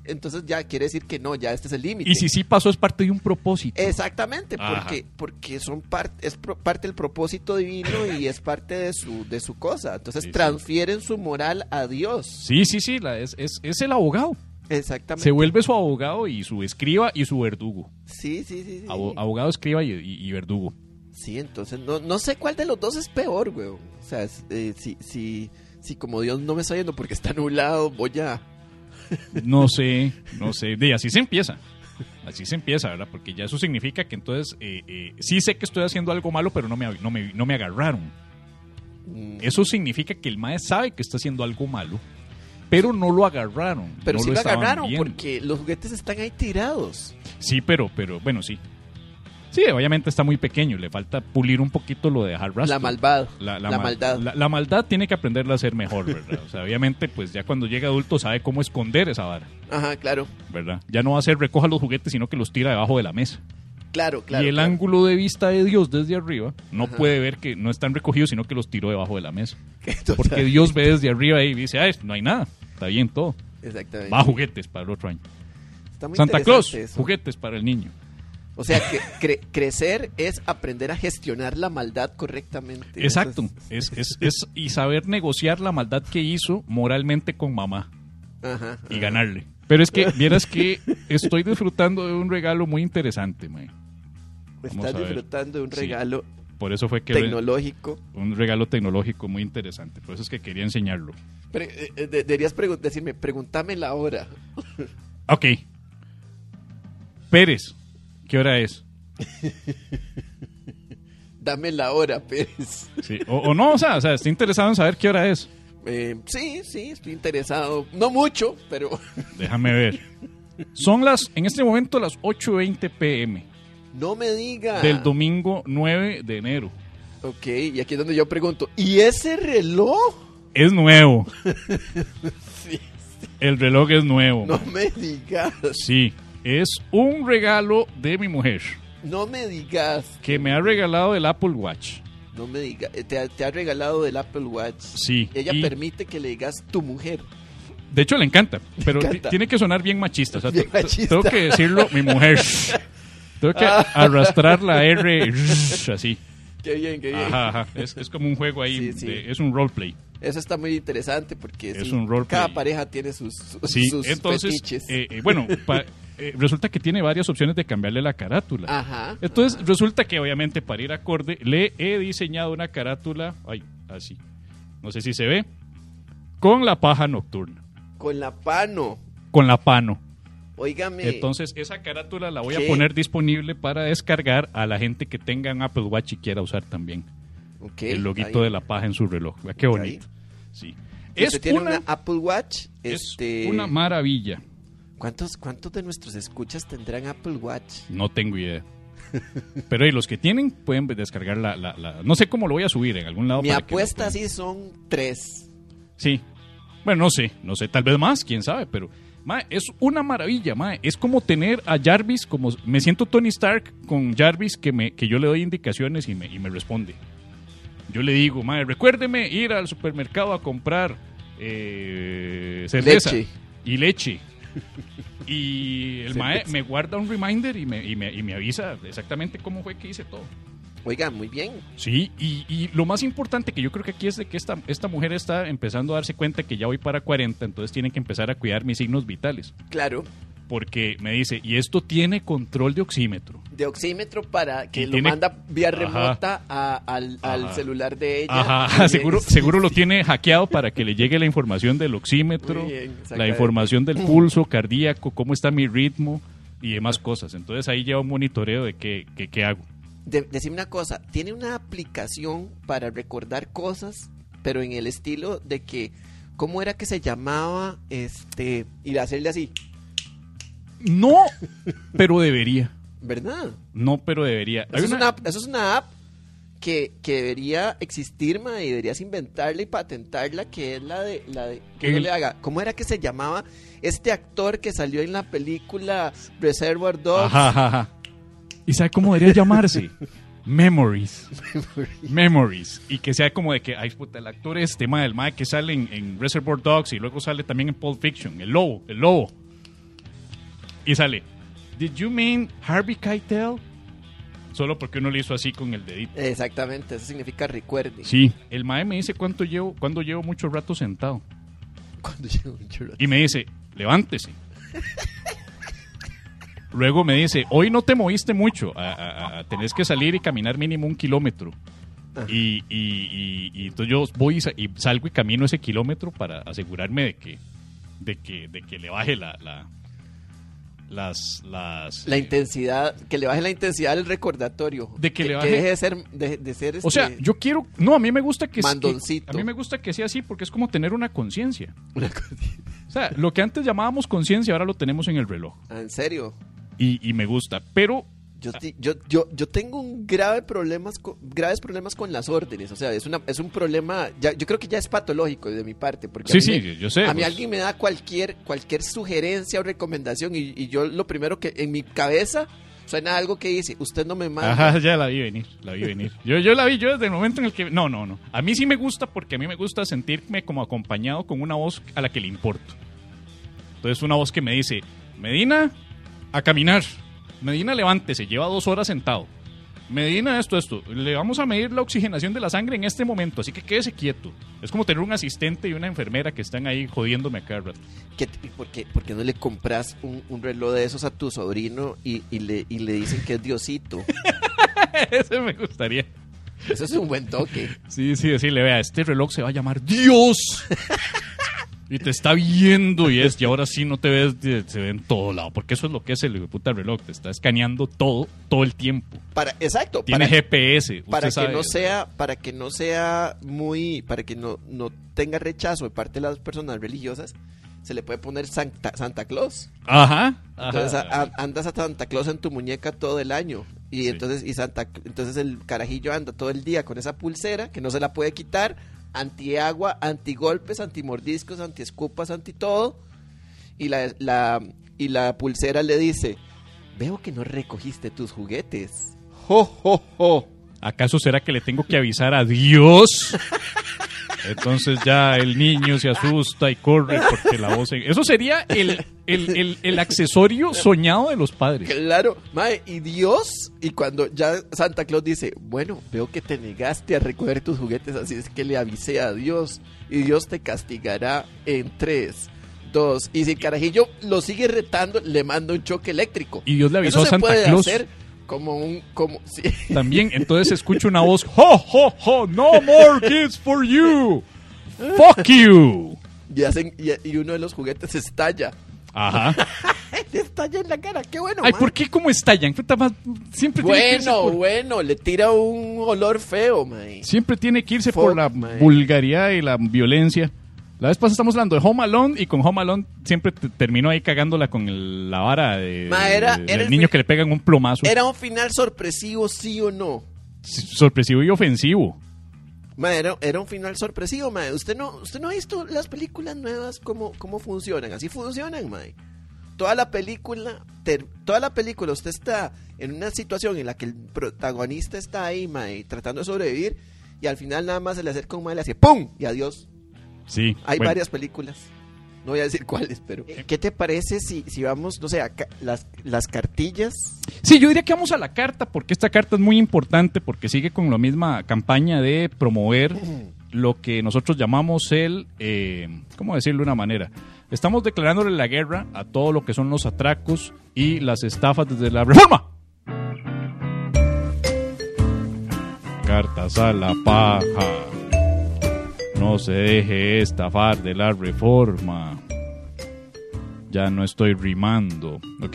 entonces ya quiere decir que no, ya este es el límite. Y si sí pasó, es parte de un propósito. Exactamente, Ajá. porque, porque son parte, es pro- parte del propósito divino y es parte de su, de su cosa. Entonces Sí, sí. transfieren su moral a Dios. Sí, sí, sí, la- es, es, es el abogado. Exactamente. Se vuelve su abogado y su escriba y su verdugo. Sí, sí, sí. sí. Abo- abogado, escriba y, y- y verdugo. Sí, entonces no, no sé cuál de los dos es peor, güey. O sea, es- eh, si, si, si como Dios no me está yendo porque está nublado, voy a... No sé, no sé. De así se empieza. Así se empieza, ¿verdad? Porque ya eso significa que entonces eh, eh, sí sé que estoy haciendo algo malo, pero no me, no me, no me agarraron. Mm, Eso significa que el mae sabe que está haciendo algo malo, pero no lo agarraron. Pero no sí lo estaban agarraron viendo. porque los juguetes están ahí tirados. Sí, pero, pero, bueno, sí. Sí, obviamente está muy pequeño. Le falta pulir un poquito lo de dejar rastro. La maldad. La, La ma- maldad. La, la maldad tiene que aprenderla a ser mejor, ¿verdad? O sea, obviamente, pues ya cuando llega adulto sabe cómo esconder esa vara, Ajá, claro. ¿verdad? Ya no va a ser recoja los juguetes, sino que los tira debajo de la mesa. Claro, claro. y el claro. ángulo de vista de Dios desde arriba no Ajá. puede ver que no están recogidos, sino que los tiró debajo de la mesa. Total. Porque Dios ve desde arriba y dice, ah, no hay nada, está bien todo. Exactamente. Va, juguetes para el otro año. Está muy Santa interesante Claus, eso. juguetes para el niño. O sea, que cre- crecer es aprender a gestionar la maldad correctamente. Exacto. Eso Es, es, es, y saber negociar la maldad que hizo moralmente con mamá Ajá, y ajá. ganarle. Pero es que, vieras que estoy disfrutando de un regalo muy interesante, mae. Vamos Estás a ver. disfrutando de un Sí. regalo Por eso fue que tecnológico. un regalo tecnológico muy interesante. Por eso es que quería enseñarlo. Pre- eh, eh, de- deberías pregu- decirme, pregúntame la hora. Ok. Pérez, ¿qué hora es? Dame la hora, Pérez. Sí. O, o no, o sea, o sea, estoy interesado en saber qué hora es. Eh, sí, sí, estoy interesado. No mucho, pero... Déjame ver. Son las, en este momento, las ocho veinte pm No me diga. del domingo nueve de enero. Ok, y aquí es donde yo pregunto, ¿y ese reloj? Es nuevo. Sí, El reloj es nuevo. no me digas. Sí, es un regalo de mi mujer No me digas. que me ha regalado el Apple Watch. No me digas. Eh, Te, ha- te ha regalado el Apple Watch. Sí. Ella y- permite que le digas tu mujer. De hecho, le encanta, pero encanta. ti- tiene que sonar bien machista. O sea, Bien te- te- machista. Tengo que decirlo, mi mujer. Tengo que arrastrar la R así. Qué bien, qué bien. Ajá, ajá. Es, es como un juego ahí, Sí, sí. de- es un roleplay. Eso está muy interesante porque Es sí, un roleplay. cada pareja tiene sus, sus, Sí, sus entonces, fetiches. eh, eh, bueno, pa- eh, resulta que tiene varias opciones de cambiarle la carátula. Ajá. Entonces, resulta que obviamente para ir acorde, le he diseñado una carátula, ay, así, no sé si se ve, con la paja nocturna, Con la pano. con la pano. Óigame. Entonces, esa carátula la voy ¿Qué? a poner disponible para descargar a la gente que tenga un Apple Watch y quiera usar también Ok, el loguito ahí. de la paja en su reloj. Vea qué Ok. bonito. Sí. Si Es usted tiene una, una Apple Watch, es este... una maravilla. ¿Cuántos, ¿Cuántos de nuestros escuchas tendrán Apple Watch? No tengo idea. Pero y los que tienen pueden descargar la, la, la- No sé cómo lo voy a subir en algún lado. Mi para que lo apuesta puedan- sí son tres. Sí. Bueno, no sé, no sé, tal vez más, quién sabe, pero mae, es una maravilla, mae. Es como tener a Jarvis, como me siento Tony Stark con Jarvis que me que yo le doy indicaciones y me, y me responde. Yo le digo, mae, recuérdeme ir al supermercado a comprar eh, cerveza Leche. y leche. Y el mae Cerveza. me guarda un reminder y me, y, me, y me avisa exactamente cómo fue que hice todo. Oiga, muy bien. Sí, y, y lo más importante que yo creo que aquí es de que esta, esta mujer está empezando a darse cuenta que ya voy para cuarenta, entonces tiene que empezar a cuidar mis signos vitales. Claro. Porque me dice, y esto tiene control de oxímetro. De oxímetro para que Y lo tiene- manda vía Ajá. remota a- al, al Ajá. celular de ella. Ajá, Muy bien, seguro, sí, seguro lo sí. tiene hackeado para que le llegue la información del oxímetro, Muy bien, la exactamente. información del pulso cardíaco, cómo está mi ritmo y demás cosas. Entonces ahí lleva un monitoreo de qué, qué, qué hago. De- decime una cosa, tiene una aplicación para recordar cosas, pero en el estilo de que, ¿cómo era que se llamaba? Este, y hacerle así, No, pero debería. ¿verdad? No, pero debería. Hay Eso es, una- una, app- eso es una app que, que debería existir, ma, y deberías inventarla y patentarla, que es la de, la de que ¿Qué? no le haga. ¿Cómo era que se llamaba este actor que salió en la película Reservoir Dogs? Ajá, ajá, ajá. ¿Y sabe cómo debería llamarse? Memories. Memories. Y que sea como de que, ay, puta, el actor es tema del mae que sale en, en Reservoir Dogs y luego sale también en Pulp Fiction. El lobo, el lobo. y sale, ¿Did you mean Harvey Keitel? Solo porque uno le hizo así con el dedito. Exactamente, eso significa recuerde. Sí, el mae me dice cuánto llevo, cuándo llevo mucho rato sentado. Cuando llego un churro. Y me dice, levántese. Luego me dice, hoy no te moviste mucho, a, a, a, tenés que salir y caminar mínimo un kilómetro. Y, y, y, y entonces yo voy y, sa- y salgo y camino ese kilómetro para asegurarme de que, de que, de que le baje la, la las, las La eh, intensidad, que le baje la intensidad del recordatorio. De que le baje- deje de ser, de, de ser O sea, este, yo quiero, no, a mí me gusta que, Mandoncito. que a mí me gusta que sea así porque es como tener una conciencia. una cosa- O sea, lo que antes llamábamos conciencia ahora lo tenemos en el reloj Ah, en serio. y, y me gusta, pero Yo, ti- yo, yo, yo tengo un grave problemas con, graves problemas con las órdenes. O sea, es una es un problema. Ya, yo creo que ya es patológico de mi parte. Porque sí, a mí sí, me- yo sé. A mí pues. alguien me da cualquier cualquier sugerencia o recomendación y, y yo lo primero que en mi cabeza suena algo que dice, usted no me manda. Ajá, ya la vi venir, la vi venir. Yo, yo la vi yo desde el momento en el que... No, no, no. A mí sí me gusta porque a mí me gusta sentirme como acompañado con una voz a la que le importo. Entonces una voz que me dice, Medina, a caminar. Medina, levántese, lleva dos horas sentado. Medina, esto, esto. Le vamos a medir la oxigenación de la sangre en este momento, así que quédese quieto. Es como tener un asistente y una enfermera que están ahí jodiéndome a cada rato. ¿Qué te- ¿Por qué, por qué no le compras un, un reloj de esos a tu sobrino y, y, le, y le dicen que es Diosito? Ese me gustaría. Eso es un buen toque. Sí, sí, decirle, vea, este reloj se va a llamar Dios. Y te está viendo y es, y ahora sí no te ves, de- se ve en todo lado. Porque eso es lo que es el hijo de puta reloj. Te está escaneando todo, todo el tiempo. Para, exacto. Tiene para, G P S. usted para que sabe. no sea para que no sea muy para que no, no tenga rechazo de parte de las personas religiosas, se le puede poner Santa, Santa Claus. Ajá. ajá. Entonces a- a- andas a Santa Claus en tu muñeca todo el año y Sí. entonces y Santa entonces el carajillo anda todo el día con esa pulsera que no se la puede quitar, antiagua, antigolpes, antimordiscos, antiescupas, anti todo, y la, la y la pulsera le dice, veo que no recogiste tus juguetes. ¡Jo, jo, jo! ¿Acaso será que le tengo que avisar a Dios? Entonces ya el niño se asusta y corre porque la voz... Eso sería el, el, el, el accesorio soñado de los padres. Claro, mae, y Dios, y cuando ya Santa Claus dice, bueno, veo que te negaste a recoger tus juguetes, así es que le avisé a Dios, y Dios te castigará en tres, dos, y si el carajillo lo sigue retando, le manda un choque eléctrico. Y Dios le avisó Eso a se Santa puede Claus. hacer como un, como, sí. También, entonces escucho una voz, ¡ho, ho, ho! ¡No more gifts for you! ¡Fuck you! y, hacen, y, y uno de los juguetes estalla. Ajá. Le estalla en la cara, qué bueno, Ay, mae. ¿por qué como estallan? Puta, más- Siempre tiene que irse Bueno, por, bueno, le tira un olor feo, mae. siempre tiene que irse Fuck, por la man. vulgaridad y la violencia. La vez pasada estamos hablando de Home Alone y con Home Alone siempre te- terminó ahí cagándola con el- la vara de, Ma, era- de- era del el niño fi- que le pegan un plomazo. ¿Era un final sorpresivo, sí o no? Sorpresivo y ofensivo. Ma, era, era un final sorpresivo, ma. Usted no, usted no ha visto las películas nuevas cómo, cómo funcionan. Así funcionan, ma. Toda la película, ter- toda la película, usted está en una situación en la que el protagonista está ahí, ma, tratando de sobrevivir, y al final nada más se le acerca un ma y le hace ¡pum! Y adiós. Sí. Hay bueno. varias películas. No voy a decir cuáles, pero... ¿Qué te parece si, si vamos, no sé, a ca- las, las cartillas? Sí, yo diría que vamos a la carta, porque esta carta es muy importante, porque sigue con la misma campaña de promover lo que nosotros llamamos el, eh, ¿cómo decirlo de una manera? Estamos declarándole la guerra a todo lo que son los atracos y las estafas desde la reforma. Cartas a la paja. No se deje estafar de la reforma. Ya no estoy rimando. Ok.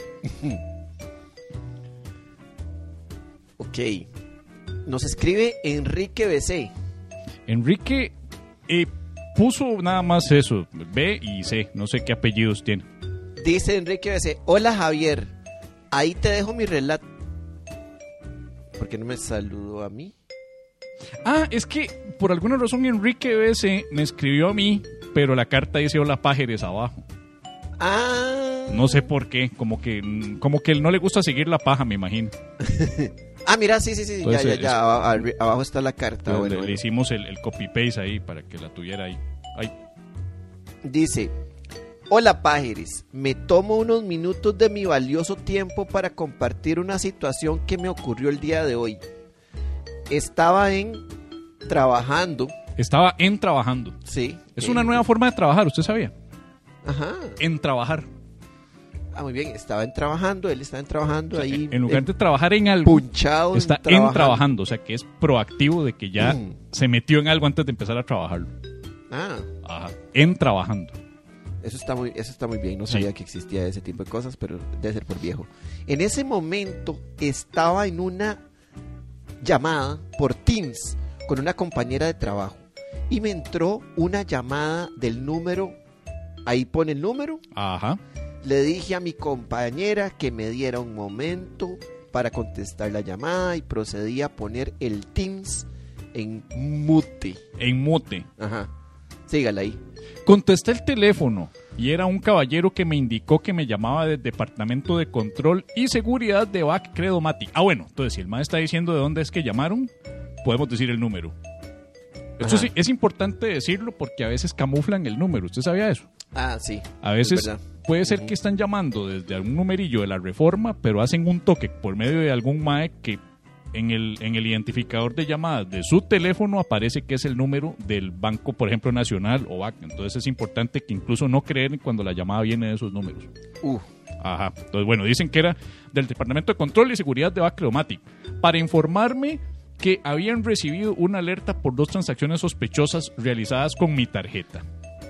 Ok. Nos escribe Enrique B C. Enrique eh, puso nada más eso, B y C, no sé qué apellidos tiene. Dice Enrique B C, hola Javier, ahí te dejo mi relato. ¿Por qué no me saludó a mí? Ah, es que por alguna razón Enrique B C me escribió a mí, pero la carta dice hola pájaros abajo. Ah. No sé por qué, como que como que no le gusta seguir la paja, me imagino. Ah, mira, sí, sí, sí, Entonces, ya, ya, es- ya, aba- arri- abajo está la carta. Entonces, Bueno, le, bueno. le hicimos el, el copy paste ahí para que la tuviera ahí. Ahí. Dice, Hola Pájeres, me tomo unos minutos de mi valioso tiempo para compartir una situación que me ocurrió el día de hoy. Estaba en trabajando. Estaba en trabajando. Sí. Es en- una nueva forma de trabajar, ¿usted sabía? Ajá. En trabajar. Ah, muy bien, estaba en trabajando, él estaba en trabajando O sea, ahí. en lugar en- de trabajar en algo, punchado. está en trabajando. trabajando. O sea, que es proactivo de que ya Mm. se metió en algo antes de empezar a trabajarlo. Ah, Ajá. En trabajando. eso está muy, eso está muy bien. No Sí. sabía que existía ese tipo de cosas, pero debe ser por viejo. En ese momento estaba en una llamada por Teams con una compañera de trabajo y me entró una llamada del número. Ahí pone el número. Ajá. Le dije a mi compañera que me diera un momento para contestar la llamada y procedí a poner el Teams en mute. En mute. Ajá. Sígala ahí. Contesté el teléfono y era un caballero que me indicó que me llamaba del Departamento de Control y Seguridad de B A C Credomatic. Ah, bueno, entonces si el man está diciendo de dónde es que llamaron, podemos decir el número. Esto Ajá. sí, es importante decirlo porque a veces camuflan el número. ¿Usted sabía eso? Ah, sí. A es veces verdad. puede ser Ujú. que están llamando desde algún numerillo de la Reforma, pero hacen un toque por medio de algún M A E que en el, en el identificador de llamadas de su teléfono aparece que es el número del Banco, por ejemplo, Nacional o B A C. Entonces es importante que incluso no creer cuando la llamada viene de esos números. Uh, Ajá. Entonces, bueno, dicen que era del Departamento de Control y Seguridad de B A C Credomatic para informarme que habían recibido una alerta por dos transacciones sospechosas realizadas con mi tarjeta.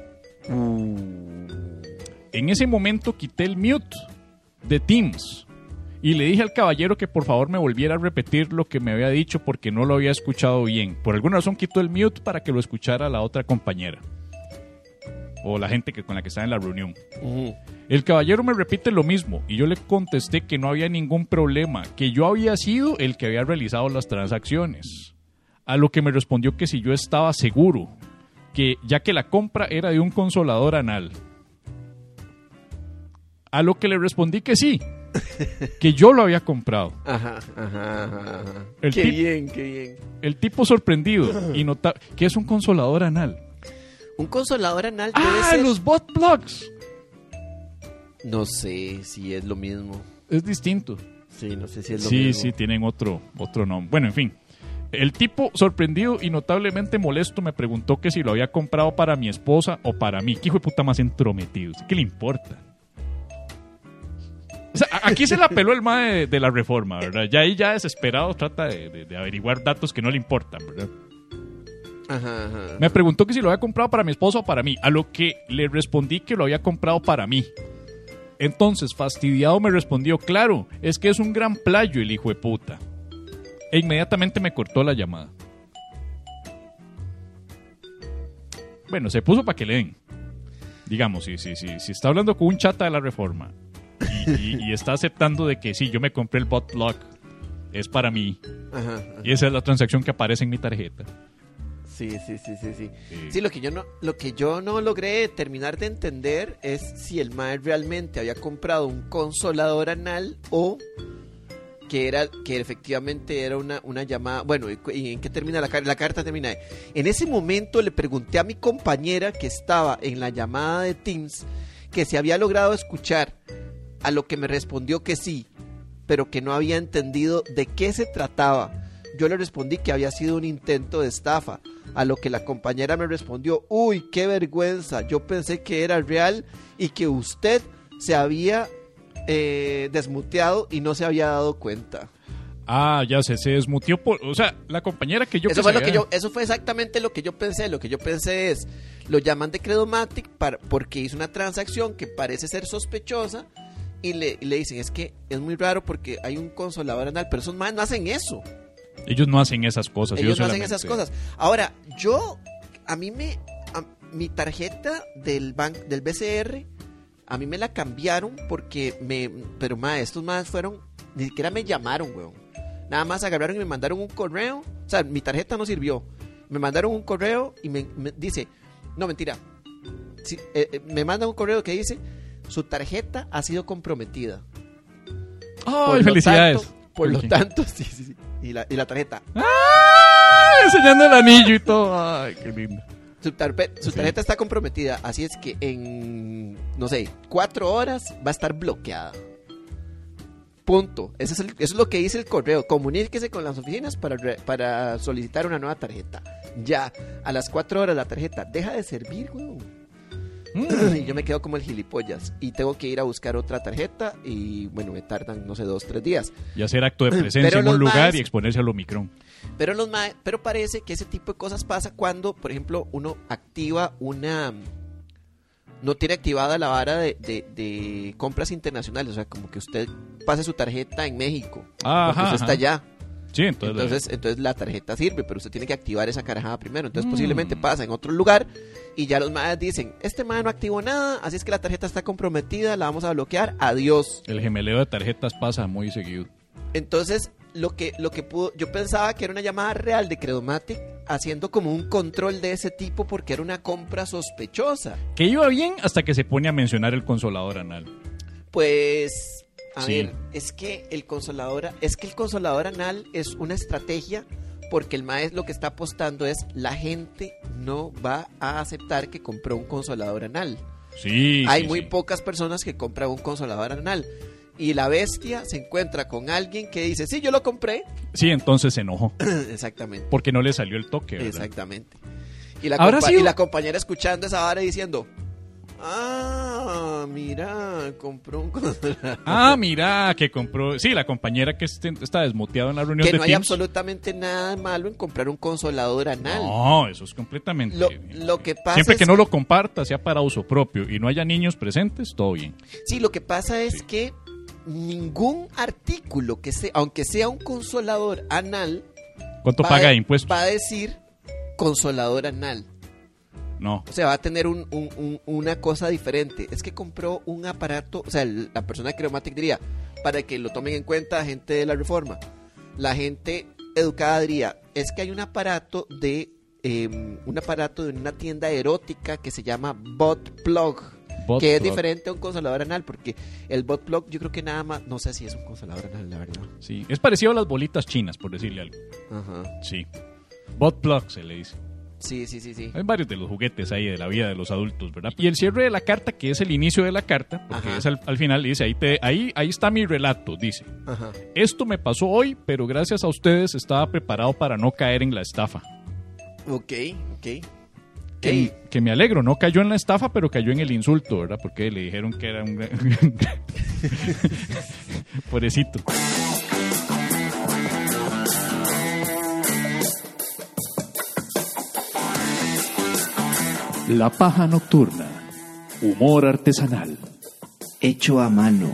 En ese momento quité el mute de Teams y le dije al caballero que por favor me volviera a repetir lo que me había dicho porque no lo había escuchado bien. Por alguna razón quitó el mute para que lo escuchara la otra compañera o la gente que, con la que estaba en la reunión. ujú. El caballero me repite lo mismo y yo le contesté que no había ningún problema, que yo había sido el que había realizado las transacciones. A lo que me respondió que si yo estaba seguro, que ya que la compra era de un consolador anal. A lo que le respondí que sí, que yo lo había comprado. Ajá, ajá, ajá, ajá. El Qué tip- bien, qué bien. El tipo sorprendido y nota que es un consolador anal. Un consolador anal debe ¡Ah, ser... los bot plugs! No sé si es lo mismo. Es distinto. Sí, no sé si es lo Sí, mismo. sí, tienen otro, otro nombre. Bueno, en fin. El tipo, sorprendido y notablemente molesto, me preguntó que si lo había comprado para mi esposa o para mí. ¿Qué hijo de puta más entrometido? ¿Qué le importa? O sea, a- aquí se la peló el mae de, de la Reforma, ¿verdad? Ya ahí ya desesperado trata de, de- de averiguar datos que no le importan, ¿verdad? Ajá, ajá. Me preguntó que si lo había comprado para mi esposa o para mí, a lo que le respondí que lo había comprado para mí. Entonces, fastidiado me respondió, claro, es que es un gran playo el hijo de puta. E inmediatamente me cortó la llamada. Bueno, se puso para que le den. Digamos, si, si, si, si está hablando con un chata de la Reforma y, y- y está aceptando de que sí, yo me compré el bot plug, es para mí, Ajá, ajá. y esa es la transacción que aparece en mi tarjeta. Sí, sí, sí, sí, sí. Sí. Sí, lo que yo no, lo que yo no logré terminar de entender es si el mae realmente había comprado un consolador anal o que era que efectivamente era una, una llamada. Bueno, ¿y, cu- y en qué termina la carta? La carta termina de, en ese momento le pregunté a mi compañera que estaba en la llamada de Teams que se había logrado escuchar, a lo que me respondió que sí, pero que no había entendido de qué se trataba. Yo le respondí que había sido un intento de estafa, a lo que la compañera me respondió, uy, qué vergüenza, yo pensé que era real y que usted se había eh, desmuteado y no se había dado cuenta. Ah, ya sé, se desmutió por... O sea, la compañera que yo... Eso fue lo que sabía- yo, eso fue exactamente lo que yo pensé. Lo que yo pensé es, lo llaman de Credomatic para, porque hizo una transacción que parece ser sospechosa y le, y le dicen, es que es muy raro porque hay un consolador anal, pero esos más no hacen eso. Ellos no hacen esas cosas. Ellos no hacen solamente- esas cosas. Ahora, yo, a mí me, a- mi tarjeta del bank, del B C R, a mí me la cambiaron porque me, pero ma, estos más fueron, ni siquiera me llamaron, weón. Nada más agarraron y me mandaron un correo. O sea, mi tarjeta no sirvió. Me mandaron un correo y me, me dice, no, mentira. Sí, eh, eh, me mandan un correo que dice, su tarjeta ha sido comprometida. ¡Ay, Por lo felicidades! tanto- por lo Ok. tanto, sí, sí, sí. Y la, y la tarjeta. ¡Ah! Enseñando el anillo y todo. ¡Ay, qué lindo! Su, tarpe- su tarjeta está comprometida, así es que en, no sé, cuatro horas va a estar bloqueada. Punto. Eso es, el- eso es lo que dice el correo. Comuníquese con las oficinas para, re- para solicitar una nueva tarjeta. Ya, a las cuatro horas la tarjeta deja de servir, weón. Mm. Y yo me quedo como el gilipollas. Y tengo que ir a buscar otra tarjeta. Y bueno, me tardan, no sé, dos, tres días. Y hacer acto de presencia Pero en un los lugar maes- y exponerse al Omicron. Pero, los ma- pero parece que ese tipo de cosas pasa cuando, por ejemplo, uno activa una... No tiene activada la vara de, de, de compras internacionales. O sea, como que usted pase su tarjeta en México. Ajá, porque usted está ajá. allá. Sí, entonces, Entonces, entonces la tarjeta sirve, pero usted tiene que activar esa carajada primero. Entonces Mm. posiblemente pasa en otro lugar y ya los madres dicen, este madre no activó nada, así es que la tarjeta está comprometida, la vamos a bloquear, adiós. el gemeleo de tarjetas pasa muy seguido. Entonces, lo que, lo que pudo, yo pensaba que era una llamada real de Credomatic haciendo como un control de ese tipo porque era una compra sospechosa. Que iba bien hasta que se pone a mencionar el consolador anal. Pues, a Sí. ver, es que el consolador, es que el consolador anal es una estrategia porque el maestro lo que está apostando es la gente no va a aceptar que compró un consolador anal. Sí, Hay sí, muy sí. pocas personas que compran un consolador anal. Y la bestia se encuentra con alguien que dice, sí, yo lo compré. Sí, entonces se enojó. Exactamente. Porque no le salió el toque, ¿verdad? Exactamente. Y la, ¿Habrá compa- sido? y la compañera escuchando esa vara diciendo, ah, mira, compró un consolador. Ah, mira, que compró... Sí, la compañera que este- está desmuteada en la reunión Que de no hay Teams. absolutamente nada malo en comprar un consolador anal. No, eso es completamente... Lo, lo que pasa Siempre es que no lo comparta, sea para uso propio y no haya niños presentes, todo bien. Sí, lo que pasa es Sí. que ningún artículo que sea, aunque sea un consolador anal, ¿Cuánto va paga a- de impuestos? va a decir consolador anal. No. O sea, va a tener un- un- un- una cosa diferente. Es que compró un aparato, o sea, el- la persona de Credomatic diría, para que lo tomen en cuenta gente de la reforma. La gente educada diría, es que hay un aparato de eh, un aparato de una tienda erótica que se llama Bot Plug. Bot que es plug. diferente a un consolador anal, porque el bot plug yo creo que nada más, no sé si es un consolador anal, la verdad. Sí, es parecido a las bolitas chinas, por decirle algo. Ajá. Sí. Bot plug se le dice. Sí, sí, sí, sí. Hay varios de los juguetes ahí de la vida de los adultos, ¿verdad? Y el cierre de la carta, que es el inicio de la carta, porque Ajá. es al, al final, dice, ahí, te, ahí, ahí está mi relato, dice. Ajá. Esto me pasó hoy, pero gracias a ustedes estaba preparado para no caer en la estafa. Ok, ok. Que, Ey, que me alegro, no cayó en la estafa, pero cayó en el insulto, ¿verdad? Porque le dijeron que era un... gran- Pobrecito. La paja nocturna. Humor artesanal. Hecho a mano.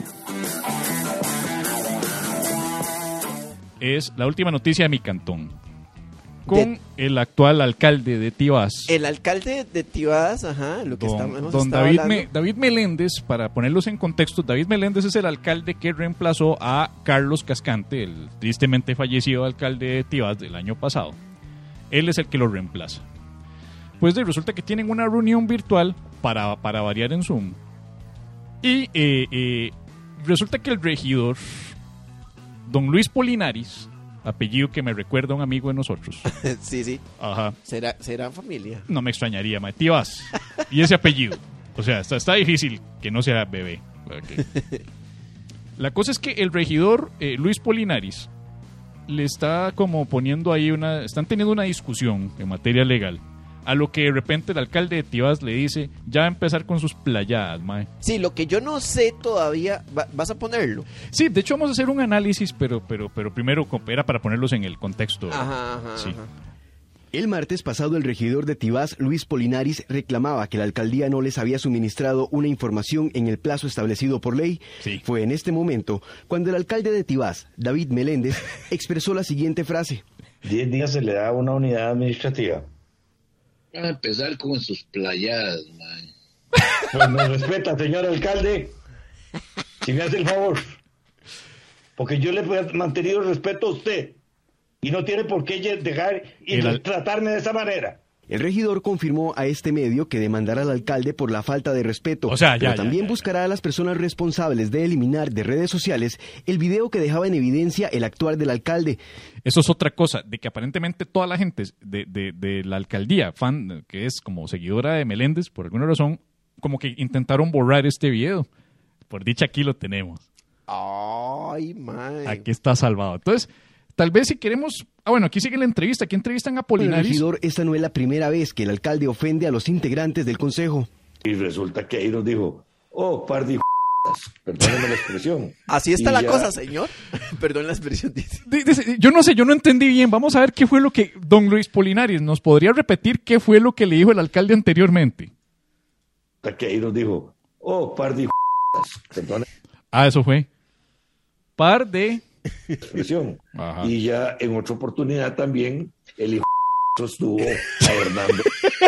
Es la última noticia de mi cantón. Con el actual alcalde de Tibás. el alcalde de Tibás, ajá, lo que Don, estamos hemos don estado David, hablando. Me- David Meléndez, para ponerlos en contexto, David Meléndez es el alcalde que reemplazó a Carlos Cascante, el tristemente fallecido alcalde de Tibás del año pasado. Él es el que lo reemplaza. Pues de- resulta que tienen una reunión virtual para, para variar en Zoom. Y eh, eh, resulta que el regidor, don Luis Polinaris, apellido que me recuerda a un amigo de nosotros. Sí, sí. Ajá. Será, será familia. No me extrañaría, mae. Tibás. Y ese apellido. O sea, está, está difícil que no sea bebé. Ok. La cosa es que el regidor eh, Luis Polinaris le está como poniendo ahí una... Están teniendo una discusión en materia legal. A lo que de repente el alcalde de Tibás le dice, ya va a empezar con sus playadas, mae. Sí, lo que yo no sé todavía, va- ¿vas a ponerlo? Sí, de hecho vamos a hacer un análisis, pero, pero, pero primero co- era para ponerlos en el contexto. Ajá, ajá, Sí. ajá. El martes pasado, el regidor de Tibás, Luis Polinaris, reclamaba que la alcaldía no les había suministrado una información en el plazo establecido por ley. Sí. Fue en este momento cuando el alcalde de Tibás, David Meléndez, expresó la siguiente frase. Diez días se le da una unidad administrativa. A empezar con sus playadas, man. Pues me respeta, señor alcalde. Si me hace el favor. Porque yo le he mantenido respeto a usted. Y no tiene por qué dejar y El al- tratarme de esa manera. El regidor confirmó a este medio que demandará al alcalde por la falta de respeto, O sea, ya, pero ya, también ya, ya. buscará a las personas responsables de eliminar de redes sociales el video que dejaba en evidencia el actuar del alcalde. Eso es otra cosa, de que aparentemente toda la gente de, de, de la alcaldía, fan, que es como seguidora de Meléndez, por alguna razón, como que intentaron borrar este video. Por dicha, aquí lo tenemos. Ay, mae. Aquí está salvado. Entonces, tal vez si queremos... Ah, bueno, aquí sigue la entrevista. Aquí entrevistan a El Polinaris. regidor, esta no es la primera vez que el alcalde ofende a los integrantes del consejo. Y resulta que ahí nos dijo, oh, par de perdóneme la expresión. Así está Y la ya- cosa, señor. Perdón la expresión, dice. Di- dice, Yo no sé, yo no entendí bien. Vamos a ver qué fue lo que... Don Luis Polinaris, ¿nos podría repetir qué fue lo que le dijo el alcalde anteriormente? Resulta que ahí nos dijo, oh, par de perdóneme Ah, eso fue. Par de... la expresión. Ajá. Y ya en otra oportunidad también el hijo sostuvo a Hernando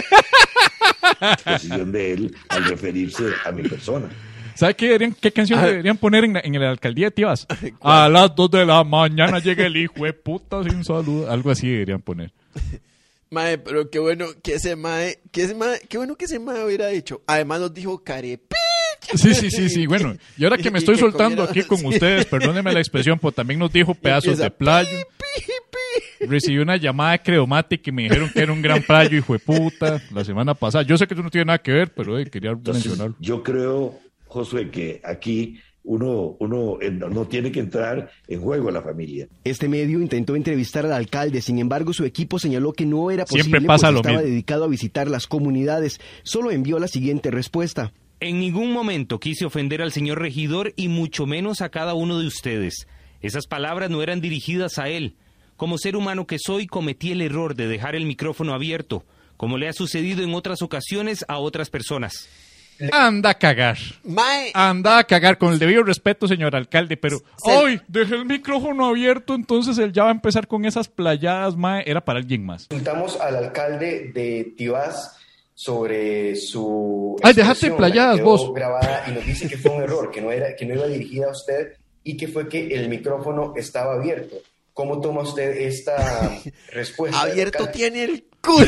la posición de él al referirse a mi persona. ¿Sabe qué, deberían- qué canción Ah. deberían poner en la, en la alcaldía de Tibás? A las dos de la mañana llega el hijo de puta sin salud. Algo así deberían poner. Mae, pero qué bueno que ese mae, que ese mae, qué bueno que ese mae hubiera dicho. Además nos dijo carepicha. Sí, sí, sí, sí. Bueno, y ahora que me Y estoy que soltando comiera- aquí con sí. ustedes, perdónenme la expresión, pero también nos dijo pedazos empieza, de playo. Recibí una llamada de Creomatic y me dijeron que era un gran playo, hijo de puta, la semana pasada. Yo sé que eso no tiene nada que ver, pero eh, quería Entonces, mencionarlo. yo creo, Josué, que aquí uno, uno eh, no no tiene que entrar en juego la familia. Este medio intentó entrevistar al alcalde, sin embargo su equipo señaló que no era posible, Siempre pasa pues lo estaba mismo. dedicado a visitar las comunidades. Solo envió la siguiente respuesta. En ningún momento quise ofender al señor regidor y mucho menos a cada uno de ustedes. Esas palabras no eran dirigidas a él. Como ser humano que soy, cometí el error de dejar el micrófono abierto, como le ha sucedido en otras ocasiones a otras personas. Anda a cagar. Mae, Anda a cagar con el debido respeto, señor alcalde, pero Se- ¡ay! Dejé el micrófono abierto, entonces él ya va a empezar con esas playadas, mae. Era para alguien más. Consultamos al alcalde de Tibás sobre su Ay, déjate expresión, playadas, la que quedó vos. grabada, y nos dice que fue un error, que no era, que no iba dirigida a usted y que fue que el micrófono estaba abierto. ¿Cómo toma usted esta respuesta? del abierto alcalde? tiene el culo.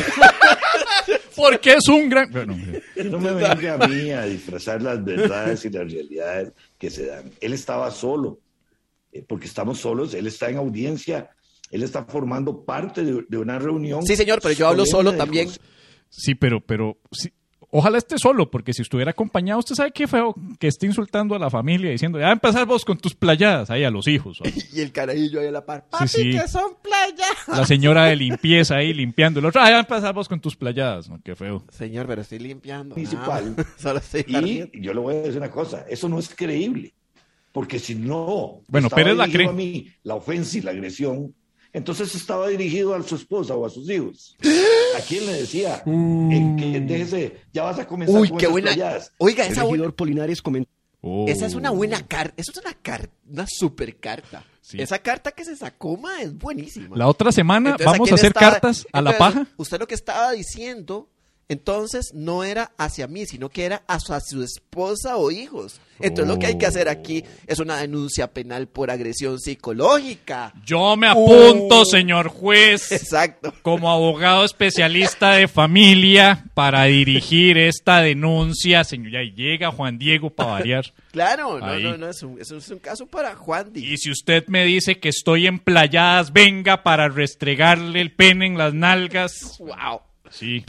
Porque es un gran... Bueno, No me venga a mí a disfrazar las verdades y las realidades que se dan. Él estaba solo, eh, porque estamos solos, él está en audiencia, él está formando parte de, de una reunión. Sí, señor, pero yo hablo solemne solo de también. José. sí, pero, pero, sí, ojalá esté solo, porque si estuviera acompañado, usted sabe qué feo que esté insultando a la familia, diciendo, ya empezar vos con tus playadas, ahí a los hijos. ¿o? Y el carajillo ahí a la par. Papi, sí. que son playas. La señora de limpieza ahí limpiando, el otro, ah, ya empezar vos con tus playadas, ¿no? Qué feo. Señor, pero estoy limpiando. Municipal. Ah, solo estoy barriendo. Y yo le voy a decir una cosa, eso no es creíble, porque si no Bueno, estaba Pérez la dirigido cree. a mí la ofensa y la agresión, entonces estaba dirigido a su esposa o a sus hijos. ¿A quién le decía? Eh, que déjese, ya vas a comenzar Uy, con qué esas buena. playadas. Oiga, El esa, buena- regidor Polinares comentó. Oh. esa es una buena carta. Eso es una carta, una super carta. Sí. Esa carta que se sacó, ma, es buenísima. La otra semana Entonces, vamos quién a hacer estaba- cartas a la entonces, paja. Usted lo que estaba diciendo, entonces, no era hacia mí, sino que era hacia su esposa o hijos. Entonces, lo que hay que hacer aquí es una denuncia penal por agresión psicológica. Yo me apunto, Uh. señor juez, Exacto. como abogado especialista de familia para dirigir esta denuncia. Señor, ya llega Juan Diego para variar. Claro, no, Ahí. no, no, es un, eso es un caso para Juan Di. Y si usted me dice que estoy en playadas, venga para restregarle el pene en las nalgas. Wow. Sí.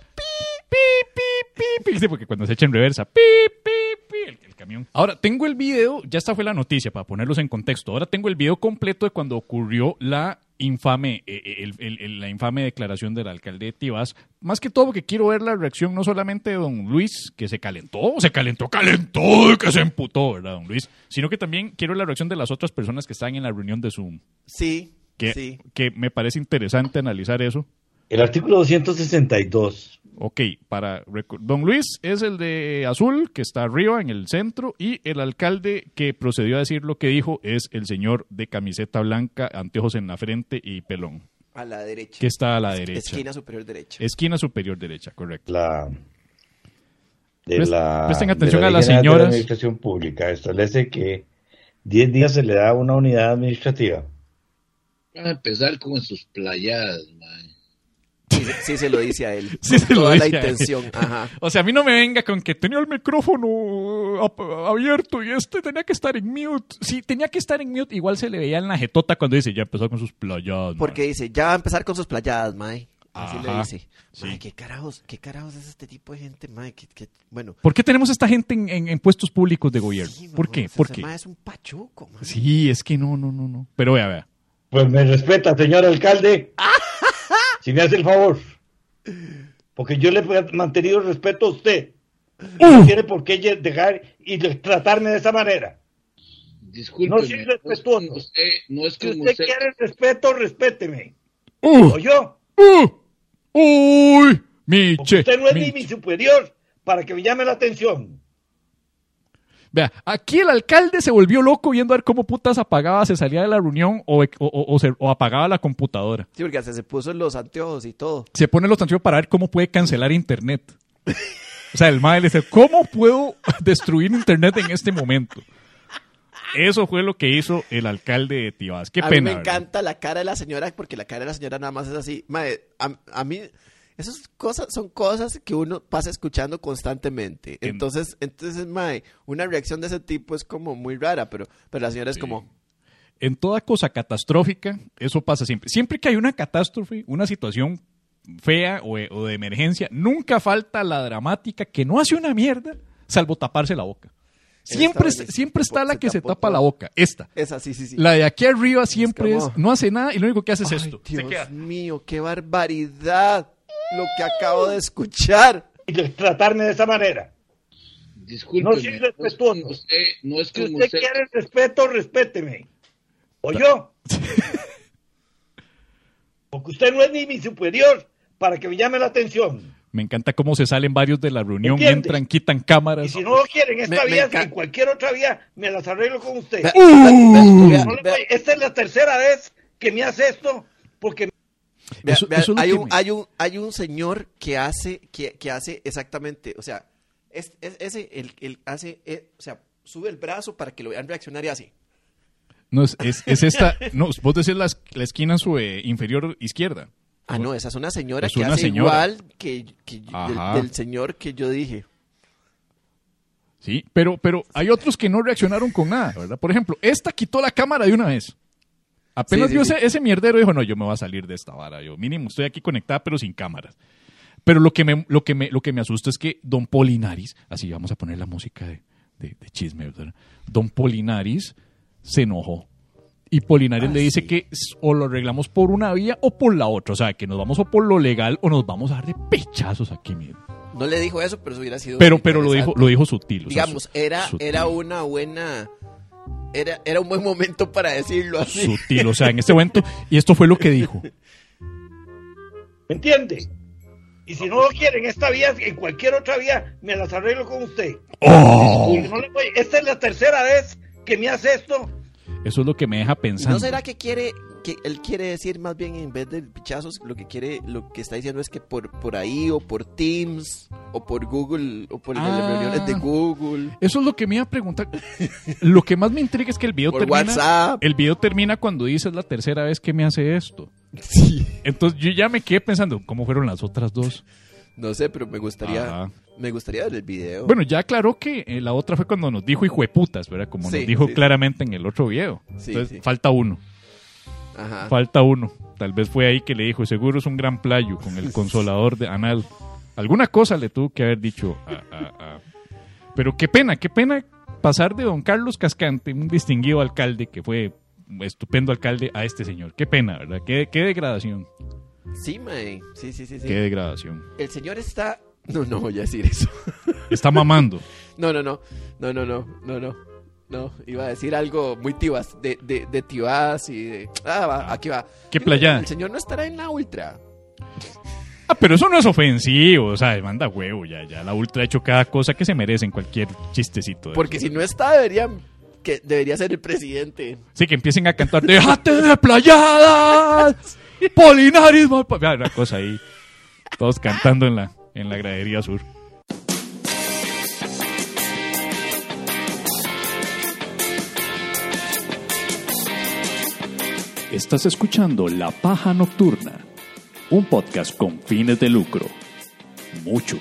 Pi, pi, pi, pi. Sí, porque cuando se echa en reversa, pi, pi, pi, el, el camión. Ahora, tengo el video, ya esta fue la noticia, para ponerlos en contexto. Ahora tengo el video completo de cuando ocurrió la infame, eh, el- el- el- la infame declaración del alcalde de Tibás. Más que todo porque quiero ver la reacción no solamente de don Luis, que se calentó, se calentó, calentó, y que se emputó, ¿verdad, don Luis? Sino que también quiero la reacción de las otras personas que están en la reunión de Zoom. Sí, Que, sí. que me parece interesante analizar eso. El artículo doscientos sesenta y dos. Ok, para recu- don Luis es el de azul, que está arriba en el centro, y el alcalde que procedió a decir lo que dijo es el señor de camiseta blanca, anteojos en la frente y pelón, A la derecha. que está a la Es- derecha. Esquina superior derecha. Esquina superior derecha, correcto. La, de Prest- la, presten de atención la a Ley las General de la señoras. Administración Pública establece que diez días se le da una unidad administrativa. Van a empezar con sus playadas, man. Sí, sí se lo dice a él. Sí con se lo toda la dice a él. intención. Ajá. O sea, a mí no me venga con que tenía el micrófono ap- abierto y este tenía que estar en mute. Sí, tenía que estar en mute. Igual se le veía en la jetota cuando dice, ya empezó con sus playadas. Porque mae. dice, ya va a empezar con sus playadas, mae. Así Ajá, le dice. sí. Mae, ¿qué carajos, qué carajos es este tipo de gente, mae? ¿Qué, qué- Bueno. ¿Por qué tenemos esta gente en, en- en puestos públicos de gobierno? Sí, ¿Por mae, qué? ese- ¿Por ese qué? mae es un pachuco, mae. Sí, es que no, no, no, no. Pero vea, vea. Pues me respeta, señor alcalde. Si me hace el favor. Porque yo le he mantenido respeto a usted. No Uh. tiene por qué dejar y de- tratarme de esa manera. Discúlpeme. No soy respetuoso. No es como usted, no es Si como usted usted. quiere respeto, respéteme. Uh, ¿O yo? uh, uy, mi Porque che. usted no es mi ni mi che. superior para que me llame la atención. Vea, aquí el alcalde se volvió loco viendo a ver cómo putas apagaba, se salía de la reunión o, o, o- o se- o apagaba la computadora. Sí, porque hasta se puso los anteojos y todo. Se pone los anteojos para ver cómo puede cancelar internet. O sea, el mae le dice, ¿cómo puedo destruir internet en este momento? Eso fue lo que hizo el alcalde de Tibás. Qué a pena. mí me ¿verdad? encanta la cara de la señora, porque la cara de la señora nada más es así. Mae, a, a mí, esas cosas son cosas que uno pasa escuchando constantemente. En- Entonces, entonces, mae, una reacción de ese tipo es como muy rara, pero, pero la señora es Sí. como, En toda cosa catastrófica, eso pasa siempre. Siempre que hay una catástrofe, una situación fea o, o de emergencia, nunca falta la dramática que no hace una mierda, salvo taparse la boca. Siempre, Esta vez siempre se está tapó- la se que se tapó tapa todo. la boca. Esta. esa, sí, sí, sí. La de aquí arriba siempre es, como- no hace nada y lo único que hace es Ay, esto. Se Dios queda. mío, qué barbaridad lo que acabo de escuchar. Y de tratarme de esa manera. Discúlpeme. No soy es respetuoso. como usted, no es Si como usted usted. quiere respeto, respéteme. ¿O yo? Porque usted no es ni mi superior para que me llame la atención. Me encanta cómo se salen varios de la reunión, ¿Entiende? entran, quitan cámaras. Y si no lo quieren esta Me- me vía, enca- en cualquier otra vía, me las arreglo con usted. Vea, Uh. vea, No le vea, voy- esta es la tercera vez que me hace esto, porque vea, Eso- vea, eso es lo hay, que un, me- hay, un, hay un señor que hace, que, que hace exactamente, o sea, es, es- ese, el, el hace, eh, o sea, sube el brazo para que lo vean reaccionar y así. No, es, es, es esta. No, vos decís la, es- la esquina su, eh, inferior izquierda. Ah, no, esa es una señora Es que una hace señora. igual que, que del, Ajá. del señor que yo dije. Sí, pero, pero hay otros que no reaccionaron con nada, ¿verdad? Por ejemplo, esta quitó la cámara de una vez. Apenas Sí, sí, vio sí. Ese, ese mierdero, dijo, no, yo me voy a salir de esta vara. Yo mínimo estoy aquí conectada, pero sin cámaras. Pero lo que me, lo que me, lo que me asusta es que Don Polinaris, así vamos a poner la música de, de, de chisme, ¿verdad? Don Polinaris se enojó. Y Polinaris Ah, le dice sí. que s- o lo arreglamos por una vía o por la otra. O sea, que nos vamos o por lo legal o nos vamos a dar de pechazos aquí mismo. No le dijo eso, pero eso hubiera sido Pero, pero lo dijo, interesante. lo dijo sutil. o sea, Digamos, su- era, sutil. era una buena, era, era un buen momento para decirlo así. Sutil, o sea, en este momento, y esto fue lo que dijo. ¿me entiende? Y si no lo quieren esta vía, en cualquier otra vía, me las arreglo con usted. ¡Oh! Porque no le voy- esta es la tercera vez que me hace esto. Eso es lo que me deja pensando. ¿No será que quiere, que él quiere decir más bien en vez de pichazos, lo que quiere, lo que está diciendo es que por, por ahí o por Teams o por Google o por Ah. las reuniones de Google, Eso es lo que me iba a preguntar. Lo que más me intriga es que el video por termina. WhatsApp? El video termina cuando dice es la tercera vez que me hace esto. Sí. Entonces yo ya me quedé pensando, ¿cómo fueron las otras dos? No sé, pero me gustaría, Ajá. me gustaría ver el video. Bueno, ya aclaró que eh, la otra fue cuando nos dijo hijo de putas, ¿verdad? Como Sí, nos dijo sí. claramente en el otro video. Sí, Entonces sí. falta uno. Ajá. Falta uno. Tal vez fue ahí que le dijo, seguro es un gran playo con el consolador de anal. Alguna cosa le tuvo que haber dicho a, a- a- Pero qué pena, qué pena pasar de don Carlos Cascante, un distinguido alcalde que fue un estupendo alcalde, a este señor. Qué pena, ¿verdad? Qué, qué degradación. Sí, mae. Sí, sí, sí, sí. Qué degradación. El señor está... No, no voy a decir eso. Está mamando. No, no, no. No, no, no. No, no. No, iba a decir algo muy tibas, de, de, de tibas y de... Ah, va, aquí va. ¿Qué Mira, playa? El señor no estará en la ultra. Ah, pero eso no es ofensivo, o sea, manda huevo ya, ya la ultra ha hecho cada cosa que se merece en cualquier chistecito. de Porque eso. si no está, debería, que debería ser el presidente. Sí, que empiecen a cantar, ¡déjate de playadas! ¡Polinaris! mal pa-". Vea, una cosa ahí, todos cantando en la, en la gradería sur. Estás escuchando La Paja Nocturna, Un podcast con fines de lucro. Mucho.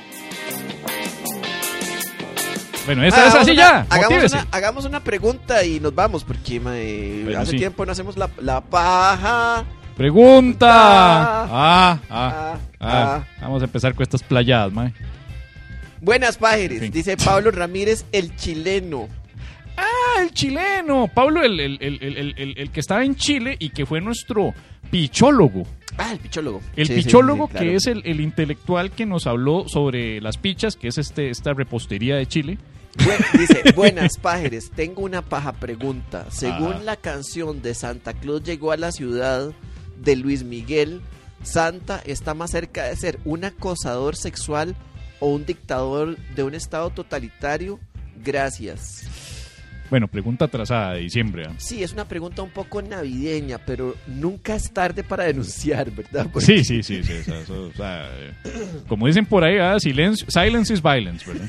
Bueno, esta es así ya. Hagamos Motívese. una, hagamos una pregunta y nos vamos, porque mae, Bueno, hace sí. tiempo no hacemos la, la paja. Pregunta. Ah, Ah, ah, ah, ah. ah. Vamos a empezar con estas playadas, mae. Buenas pájaros, En fin. dice Pablo Ramírez, el chileno. Ah, el chileno. Pablo, el, el, el, el, el, el que estaba en Chile y que fue nuestro pichólogo. Ah, el pichólogo. El Sí, sí, pichólogo, sí, claro. que es el, el intelectual que nos habló sobre las pichas, que es este esta repostería de Chile. Buen- dice, buenas pájaros, tengo una paja pregunta. Según Ah. la canción de Santa Claus llegó a la ciudad de Luis Miguel, ¿Santa está más cerca de ser un acosador sexual o un dictador de un estado totalitario? Gracias. Bueno, pregunta atrasada de diciembre. ¿ah? Sí, es una pregunta un poco navideña, pero nunca es tarde para denunciar, ¿verdad? Porque- Sí, sí, sí. sí, o sea, eso, o sea, eh, como dicen por ahí, ah, silencio, silence is violence, ¿verdad?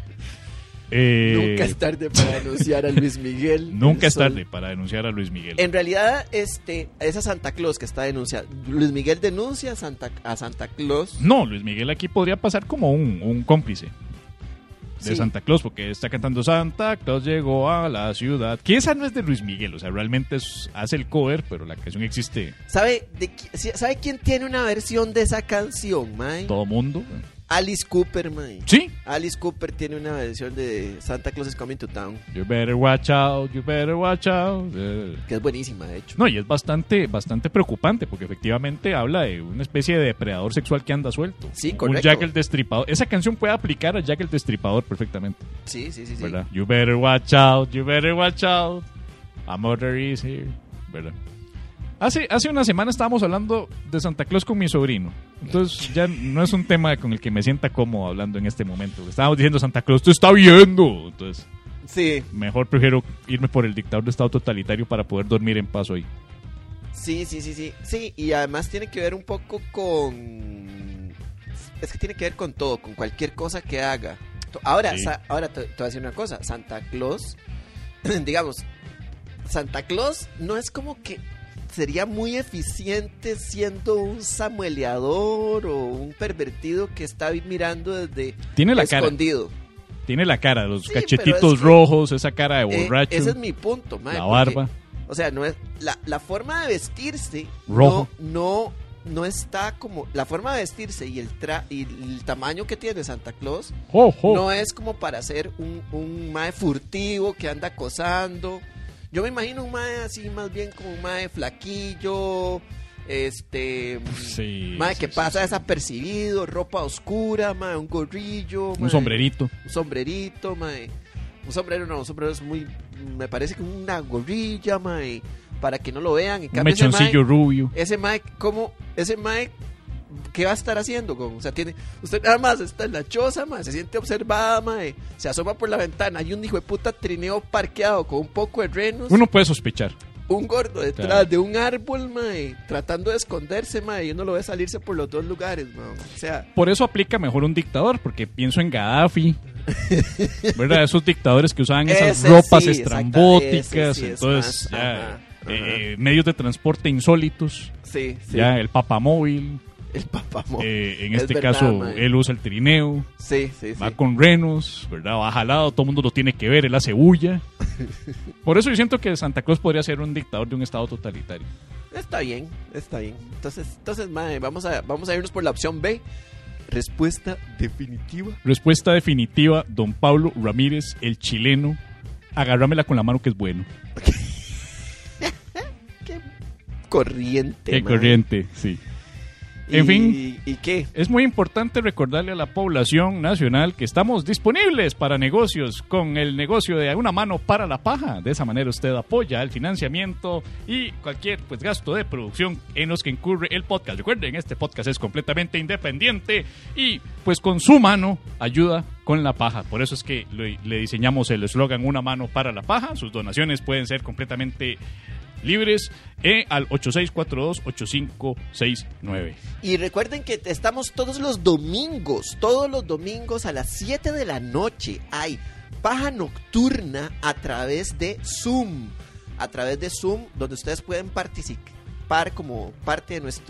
Eh, Nunca es tarde para denunciar a Luis Miguel. Nunca es Sol. tarde para denunciar a Luis Miguel. En realidad, este, esa Santa Claus que está denunciando, Luis Miguel denuncia a Santa, a Santa Claus. No, Luis Miguel aquí podría pasar como un, un cómplice de Sí. Santa Claus, porque está cantando Santa Claus llegó a la ciudad. Que esa no es de Luis Miguel, o sea, realmente es- hace el cover, pero la canción existe ¿Sabe, de, qui- si- ¿Sabe quién tiene una versión de esa canción, mae? todo mundo. Alice Cooper, mae. Sí. Alice Cooper tiene una versión de Santa Claus is Coming to Town, You better watch out, you better watch out. Eh, que es buenísima, de hecho. No, y es bastante, bastante preocupante, porque efectivamente habla de una especie de depredador sexual que anda suelto. Sí, Un correcto. Jack el Destripador. Esa canción puede aplicar a Jack el Destripador perfectamente. Sí, sí, sí, sí. ¿Verdad? You better watch out, you better watch out. A mother is here. ¿Verdad? Hace, hace una semana estábamos hablando de Santa Claus con mi sobrino. Entonces ya no es un tema con el que me sienta cómodo hablando en este momento. Estábamos diciendo Santa Claus te está viendo. Entonces Sí, mejor prefiero irme por el dictador de Estado totalitario para poder dormir en paz hoy. sí, sí, sí, sí. Sí, y además tiene que ver un poco con... Es que tiene que ver con todo, con cualquier cosa que haga. Ahora, Sí. sa- ahora te, te voy a decir una cosa. Santa Claus, digamos, Santa Claus no es como que sería muy eficiente siendo un samueleador o un pervertido que está mirando desde Tiene la cara. escondido. Tiene la cara, los Sí, pero cachetitos es que- rojos, esa cara de Eh, borracho, ese es mi punto, mae, la porque, barba. O sea, no es la, la forma de vestirse Rojo. no no no está como la forma de vestirse y el tra y el tamaño que tiene Santa Claus Jo, jo. no es como para ser un un mae furtivo que anda acosando. Yo me imagino un mae así más bien como un mae flaquillo, este Sí, mae sí, que sí, pasa sí. desapercibido, ropa oscura, mae, un gorrillo, Un mae, sombrerito. un sombrerito, mae. Un sombrero no, un sombrero es muy... Me parece que una gorrilla, mae. Para que no lo vean. En Un cambio, ese mechoncillo mae, rubio. ese mae, ¿cómo? Ese mae, ¿qué va a estar haciendo? Con? O sea, tiene... Usted nada más está en la choza, mae. Se siente observada, mae. Se asoma por la ventana. Hay un hijo de puta trineo parqueado con un poco de renos. Uno puede sospechar. Un gordo detrás Claro. de un árbol, mae. Tratando de esconderse, mae. Y uno lo ve salirse por los dos lugares, mae. O sea... Por eso aplica mejor un dictador, porque pienso en Gaddafi, ¿verdad? Esos dictadores que usaban esas Ese ropas sí, estrambóticas, exacta, ese sí es entonces más, ya, ajá, eh, medios de transporte insólitos, Sí, sí. ya el papamóvil, El papamóvil. eh, en Es este verdad, caso mae. él usa el trineo, Sí, sí, sí. va con renos, ¿verdad? Va jalado, todo el mundo lo tiene que ver, él hace bulla. Por eso yo siento que Santa Claus podría ser un dictador de un estado totalitario. Está bien, está bien. Entonces, entonces, mae, vamos a, vamos a irnos por la opción B. Respuesta definitiva. Respuesta definitiva, don Pablo Ramírez, el chileno, agárramela con la mano que es bueno. Corriente, Qué mae. corriente, sí. ¿Y, En fin. ¿Y qué? Es muy importante recordarle a la población nacional que estamos disponibles para negocios con el negocio de Una Mano para la Paja. De esa manera usted apoya el financiamiento y cualquier pues gasto de producción en los que incurre el podcast. Recuerden, este podcast es completamente independiente y pues con su mano ayuda con la paja. Por eso es que le, le diseñamos el eslogan Una Mano para la Paja. Sus donaciones pueden ser completamente libres eh, al ocho seis cuatro dos ocho cinco seis nueve. Y recuerden que estamos todos los domingos, todos los domingos a las siete de la noche. Hay paja nocturna a través de Zoom. A través de Zoom, donde ustedes pueden participar como parte de nuestro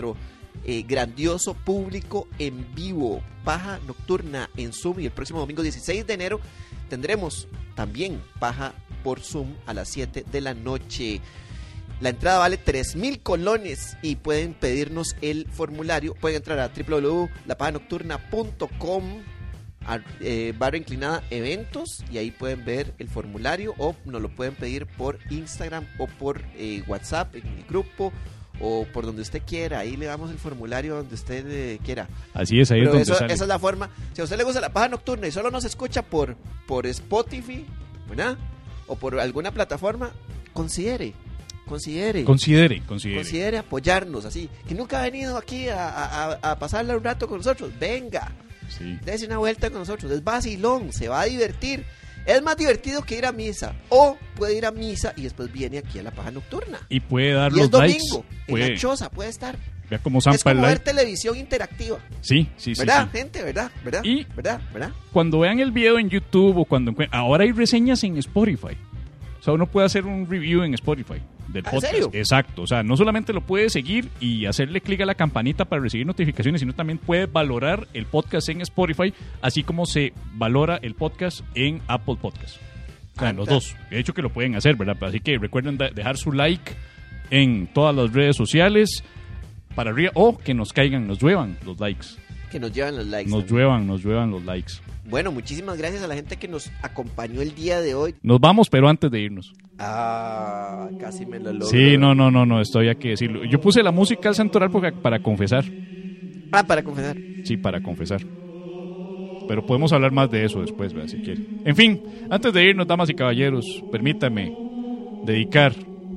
eh, grandioso público en vivo, Paja Nocturna en Zoom, y el próximo domingo dieciséis de enero tendremos también Paja por Zoom a las siete de la noche. La entrada vale tres mil colones y pueden pedirnos el formulario. Pueden entrar a doble u doble u doble u punto la paja nocturna punto com, eh, barra inclinada eventos, y ahí pueden ver el formulario, o nos lo pueden pedir por Instagram o por eh, WhatsApp en el grupo, o por donde usted quiera. Ahí le damos el formulario donde usted eh, quiera. Así es, ahí Pero es donde eso, sale. esa es la forma. Si a usted le gusta la Paja Nocturna y solo nos escucha por, por Spotify, ¿verdad? O por alguna plataforma, considere. Considere, Considere, considere. considere apoyarnos, así. Que nunca ha venido aquí a, a, a pasarle un rato con nosotros. Venga, Sí. dése una vuelta con nosotros. Es vacilón, se va a divertir. Es más divertido que ir a misa. O puede ir a misa y después viene aquí a la Paja Nocturna. Y puede dar Y los es domingo, likes. en Puede. la choza, puede estar. Vea cómo Es zampa el como ver like. televisión interactiva. Sí, sí, sí. ¿Verdad, sí. gente? ¿Verdad? ¿Verdad? Y- ¿Verdad? ¿Verdad? Cuando vean el video en YouTube o cuando encuent- ahora hay reseñas en Spotify. O sea, uno puede hacer un review en Spotify del ¿Ah, en podcast. serio? Exacto. O sea, no solamente lo puede seguir y hacerle clic a la campanita para recibir notificaciones, sino también puede valorar el podcast en Spotify, así como se valora el podcast en Apple Podcast. O sea, en los Anda. dos. De hecho que lo pueden hacer, ¿verdad? Así que recuerden da- dejar su like en todas las redes sociales para arriba, o que nos caigan, nos lluevan los likes. Que nos llevan los likes. Nos también. lluevan, nos lluevan los likes. Bueno, muchísimas gracias a la gente que nos acompañó el día de hoy. Nos vamos, pero antes de irnos. Ah, casi me lo logro. Sí, no, no, no, no, esto hay que decirlo. Yo puse la música al santoral porque- para confesar. Ah, para confesar. Sí, para confesar. Pero podemos hablar más de eso después, ¿verdad? Si quiere. En fin, antes de irnos, damas y caballeros, permítame dedicar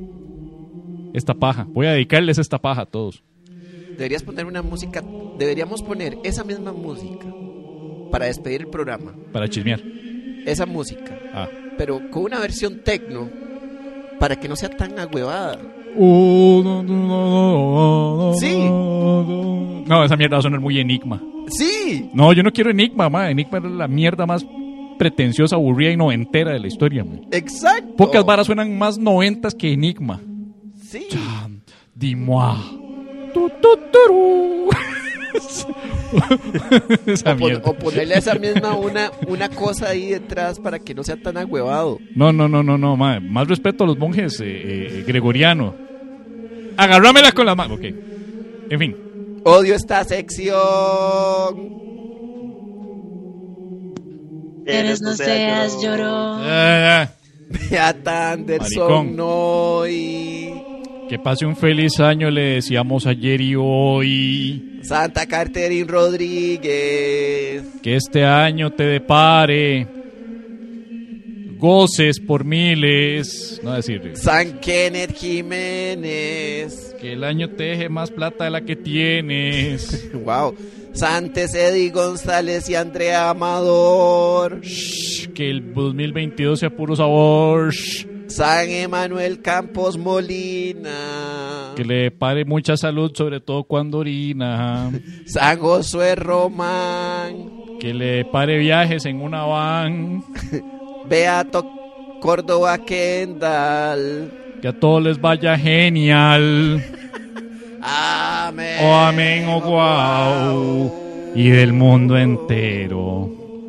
esta paja. Voy a dedicarles esta paja a todos. Deberías poner una música. Deberíamos poner esa misma música para despedir el programa. Para chismear. Esa música. Ah. Pero con una versión tecno para que no sea tan agüevada. Sí. No, esa mierda va a sonar muy enigma. Sí. No, yo no quiero enigma, ma. Enigma es la mierda más pretenciosa, aburrida y noventera de la historia, ma. Exacto. Pocas varas suenan más noventas que enigma. Sí. Dis-moi. Tu, tu, turu. Esa O, pon- mierda. o ponerle a esa misma una, una cosa ahí detrás para que no sea tan agüevado. No, no, no, no, no, ma. Más respeto a los monjes eh, eh, gregorianos. Agárramela con la mano. Ok. En fin. Odio esta sección. Eres no seas llorón. Ah, Beata Anderson Maricón. Noy. que pase un feliz año, le decíamos ayer y hoy. Santa Carterín Rodríguez. Que este año te depare goces por miles. No decir. San Kenneth Jiménez. Que el año te deje más plata de la que tienes. Wow. Santes Eddie González y Andrea Amador. Que el dos mil veintidós sea puro sabor. San Emanuel Campos Molina. Que le pare mucha salud, sobre todo cuando orina. San Josué Román. Que le pare viajes en una van. Beato Córdoba Kendall. Que a todos les vaya genial. Amén. Oh, amén, oh, guau. Y del mundo entero.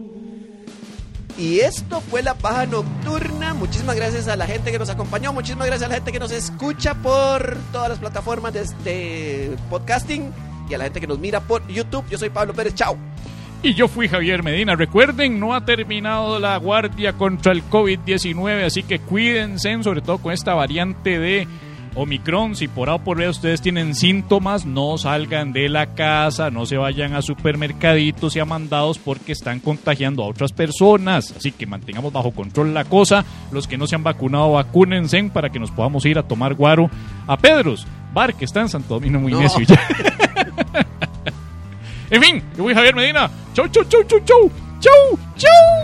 Y esto fue La Paja Nocturna. Muchísimas gracias a la gente que nos acompañó. Muchísimas gracias a la gente que nos escucha por todas las plataformas de este podcasting. Y a la gente que nos mira por YouTube. Yo soy Pablo Pérez. Chao. Y yo fui Javier Medina. Recuerden, no ha terminado la guardia contra el COVID diecinueve, así que cuídense, sobre todo con esta variante de Omicron. Si por A o por B ustedes tienen síntomas, no salgan de la casa, no se vayan a supermercaditos y a mandados porque están contagiando a otras personas. Así que mantengamos bajo control la cosa. Los que no se han vacunado, vacúnense para que nos podamos ir a tomar guaro a Pedros, bar que está en Santo Domingo, muy No. necio ya. En fin, yo fui Javier Medina. Chau, chau, chau, chau, chau. Chau, chau.